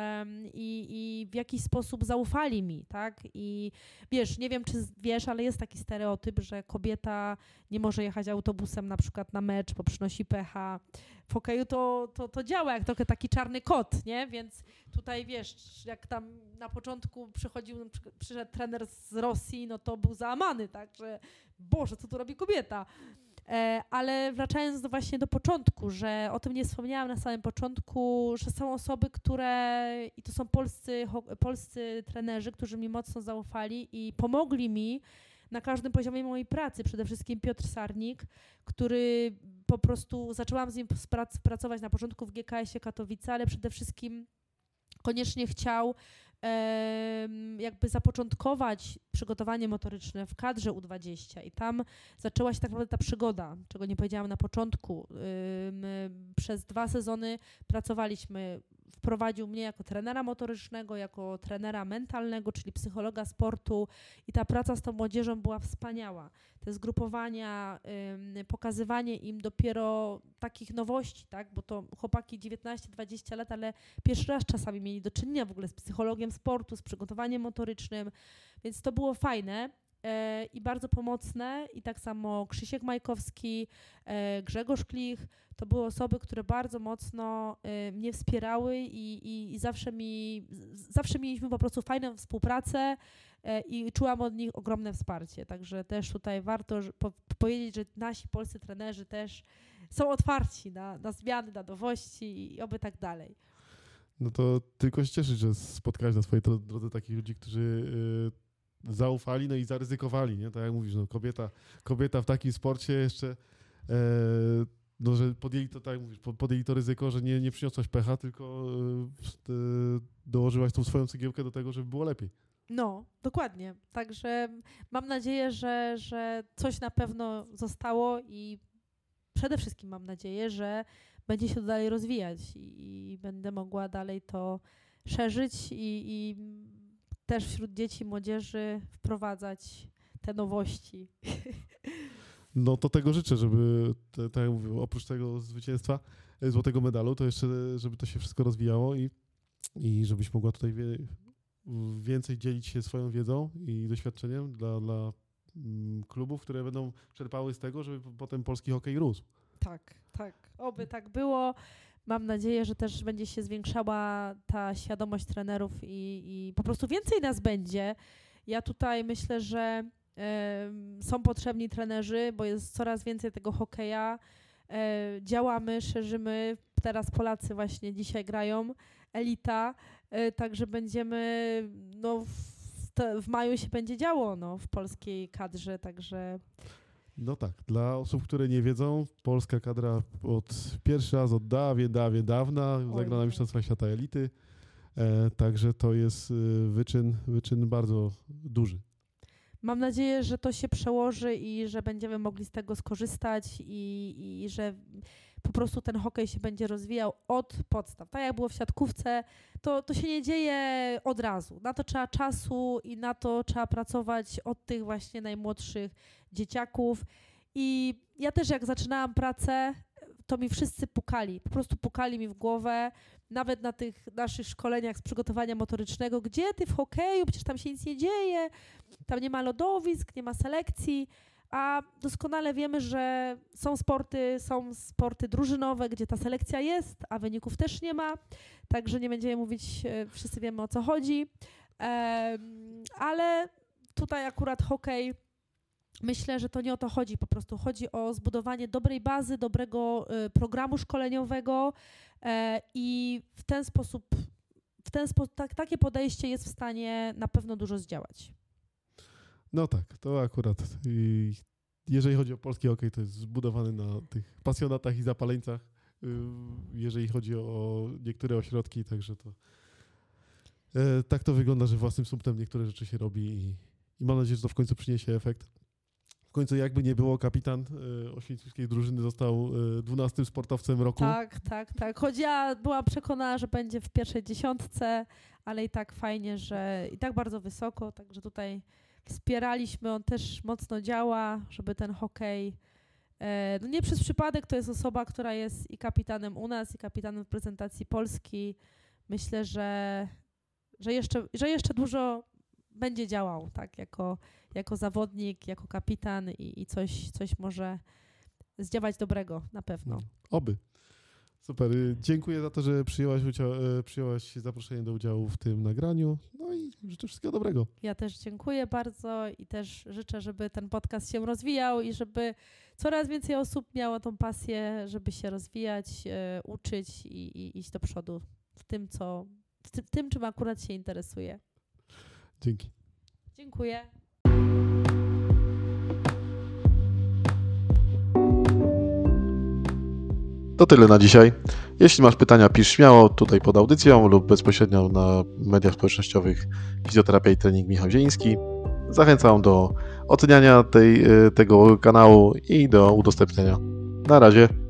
i w jakiś sposób zaufali mi, tak? I wiesz, nie wiem, czy wiesz, ale jest taki stereotyp, że kobieta nie może jechać autobusem na przykład na mecz, bo przynosi pecha. W hokeju to działa jak trochę taki czarny kot, nie? Więc tutaj wiesz, jak tam na początku przyszedł trener z Rosji, no to był załamany, tak? Że Boże, co tu robi kobieta? Ale wracając właśnie do początku, że o tym nie wspomniałam na samym początku, że są osoby, i to są polscy trenerzy, którzy mi mocno zaufali i pomogli mi na każdym poziomie mojej pracy. Przede wszystkim Piotr Sarnik, który po prostu zaczęłam z nim pracować na początku w GKS-ie Katowice, ale przede wszystkim koniecznie chciał jakby zapoczątkować przygotowanie motoryczne w kadrze U20 i tam zaczęła się tak naprawdę ta przygoda, czego nie powiedziałam na początku. Przez 2 sezony wprowadził mnie jako trenera motorycznego, jako trenera mentalnego, czyli psychologa sportu i ta praca z tą młodzieżą była wspaniała. Te zgrupowania, pokazywanie im dopiero takich nowości, tak? Bo to chłopaki 19-20 lat, ale pierwszy raz czasami mieli do czynienia w ogóle z psychologiem sportu, z przygotowaniem motorycznym, więc to było fajne. I bardzo pomocne i tak samo Krzysiek Majkowski, Grzegorz Klich, to były osoby, które bardzo mocno mnie wspierały i zawsze mieliśmy po prostu fajną współpracę i czułam od nich ogromne wsparcie, także też tutaj warto powiedzieć, że nasi polscy trenerzy też są otwarci na zmiany, na nowości i oby tak dalej. No to tylko się cieszyć, że spotkałeś na swojej drodze takich ludzi, którzy zaufali, no i zaryzykowali, nie? Tak jak mówisz, no kobieta w takim sporcie jeszcze, no że podjęli to, tak jak mówisz, podjęli to ryzyko, że nie przyniosłaś pecha, tylko dołożyłaś tą swoją cegiełkę do tego, żeby było lepiej. No, dokładnie. Także mam nadzieję, że coś na pewno zostało i przede wszystkim mam nadzieję, że będzie się to dalej rozwijać i będę mogła dalej to szerzyć i też wśród dzieci i młodzieży wprowadzać te nowości. No to tego życzę, żeby, tak jak mówię, oprócz tego zwycięstwa, złotego medalu, to jeszcze, żeby to się wszystko rozwijało i żebyś mogła tutaj więcej dzielić się swoją wiedzą i doświadczeniem dla klubów, które będą czerpały z tego, żeby potem polski hokej rósł. Tak. Oby tak było. Mam nadzieję, że też będzie się zwiększała ta świadomość trenerów i po prostu więcej nas będzie. Ja tutaj myślę, że są potrzebni trenerzy, bo jest coraz więcej tego hokeja. Działamy, szerzymy. Teraz Polacy właśnie dzisiaj grają. Elita. Także będziemy, no w maju się będzie działo w polskiej kadrze, także... No tak, dla osób, które nie wiedzą, polska kadra pierwszy raz od dawna zagra na Mistrzostwach Świata Elity, także to jest wyczyn bardzo duży. Mam nadzieję, że to się przełoży i że będziemy mogli z tego skorzystać i że po prostu ten hokej się będzie rozwijał od podstaw. Tak jak było w siatkówce, to się nie dzieje od razu. Na to trzeba czasu i na to trzeba pracować od tych właśnie najmłodszych dzieciaków. I ja też jak zaczynałam pracę, to mi wszyscy pukali, po prostu pukali mi w głowę, nawet na tych naszych szkoleniach z przygotowania motorycznego, gdzie ty w hokeju, przecież tam się nic nie dzieje, tam nie ma lodowisk, nie ma selekcji, a doskonale wiemy, że są sporty drużynowe, gdzie ta selekcja jest, a wyników też nie ma, także nie będziemy mówić, wszyscy wiemy o co chodzi, ale tutaj akurat hokej, myślę, że to nie o to chodzi, po prostu chodzi o zbudowanie dobrej bazy, dobrego programu szkoleniowego i w ten sposób takie podejście jest w stanie na pewno dużo zdziałać. No tak, to akurat. Jeżeli chodzi o polski hokej, to jest zbudowany na tych pasjonatach i zapaleńcach, jeżeli chodzi o niektóre ośrodki, także to tak to wygląda, że własnym sumptem niektóre rzeczy się robi i mam nadzieję, że to w końcu przyniesie efekt. W końcu jakby nie było, kapitan oświęcimskiej drużyny został 12 sportowcem roku. Tak. Choć ja byłam przekonana, że będzie w pierwszej 10, ale i tak fajnie, że i tak bardzo wysoko, także tutaj wspieraliśmy, on też mocno działa, żeby ten hokej, no nie przez przypadek, to jest osoba, która jest i kapitanem u nas, i kapitanem w prezentacji Polski. Myślę, że jeszcze dużo będzie działał, tak, jako zawodnik, jako kapitan i coś może zdziałać dobrego, na pewno. Oby. Super. Dziękuję za to, że przyjęłaś zaproszenie do udziału w tym nagraniu. No i życzę wszystkiego dobrego. Ja też dziękuję bardzo i też życzę, żeby ten podcast się rozwijał i żeby coraz więcej osób miało tą pasję, żeby się rozwijać, uczyć i iść do przodu w tym, czym akurat się interesuje. Dzięki. Dziękuję. To tyle na dzisiaj. Jeśli masz pytania, pisz śmiało tutaj pod audycją lub bezpośrednio na mediach społecznościowych Fizjoterapia i Trening Michał Zieliński. Zachęcam do oceniania tego kanału i do udostępniania. Na razie.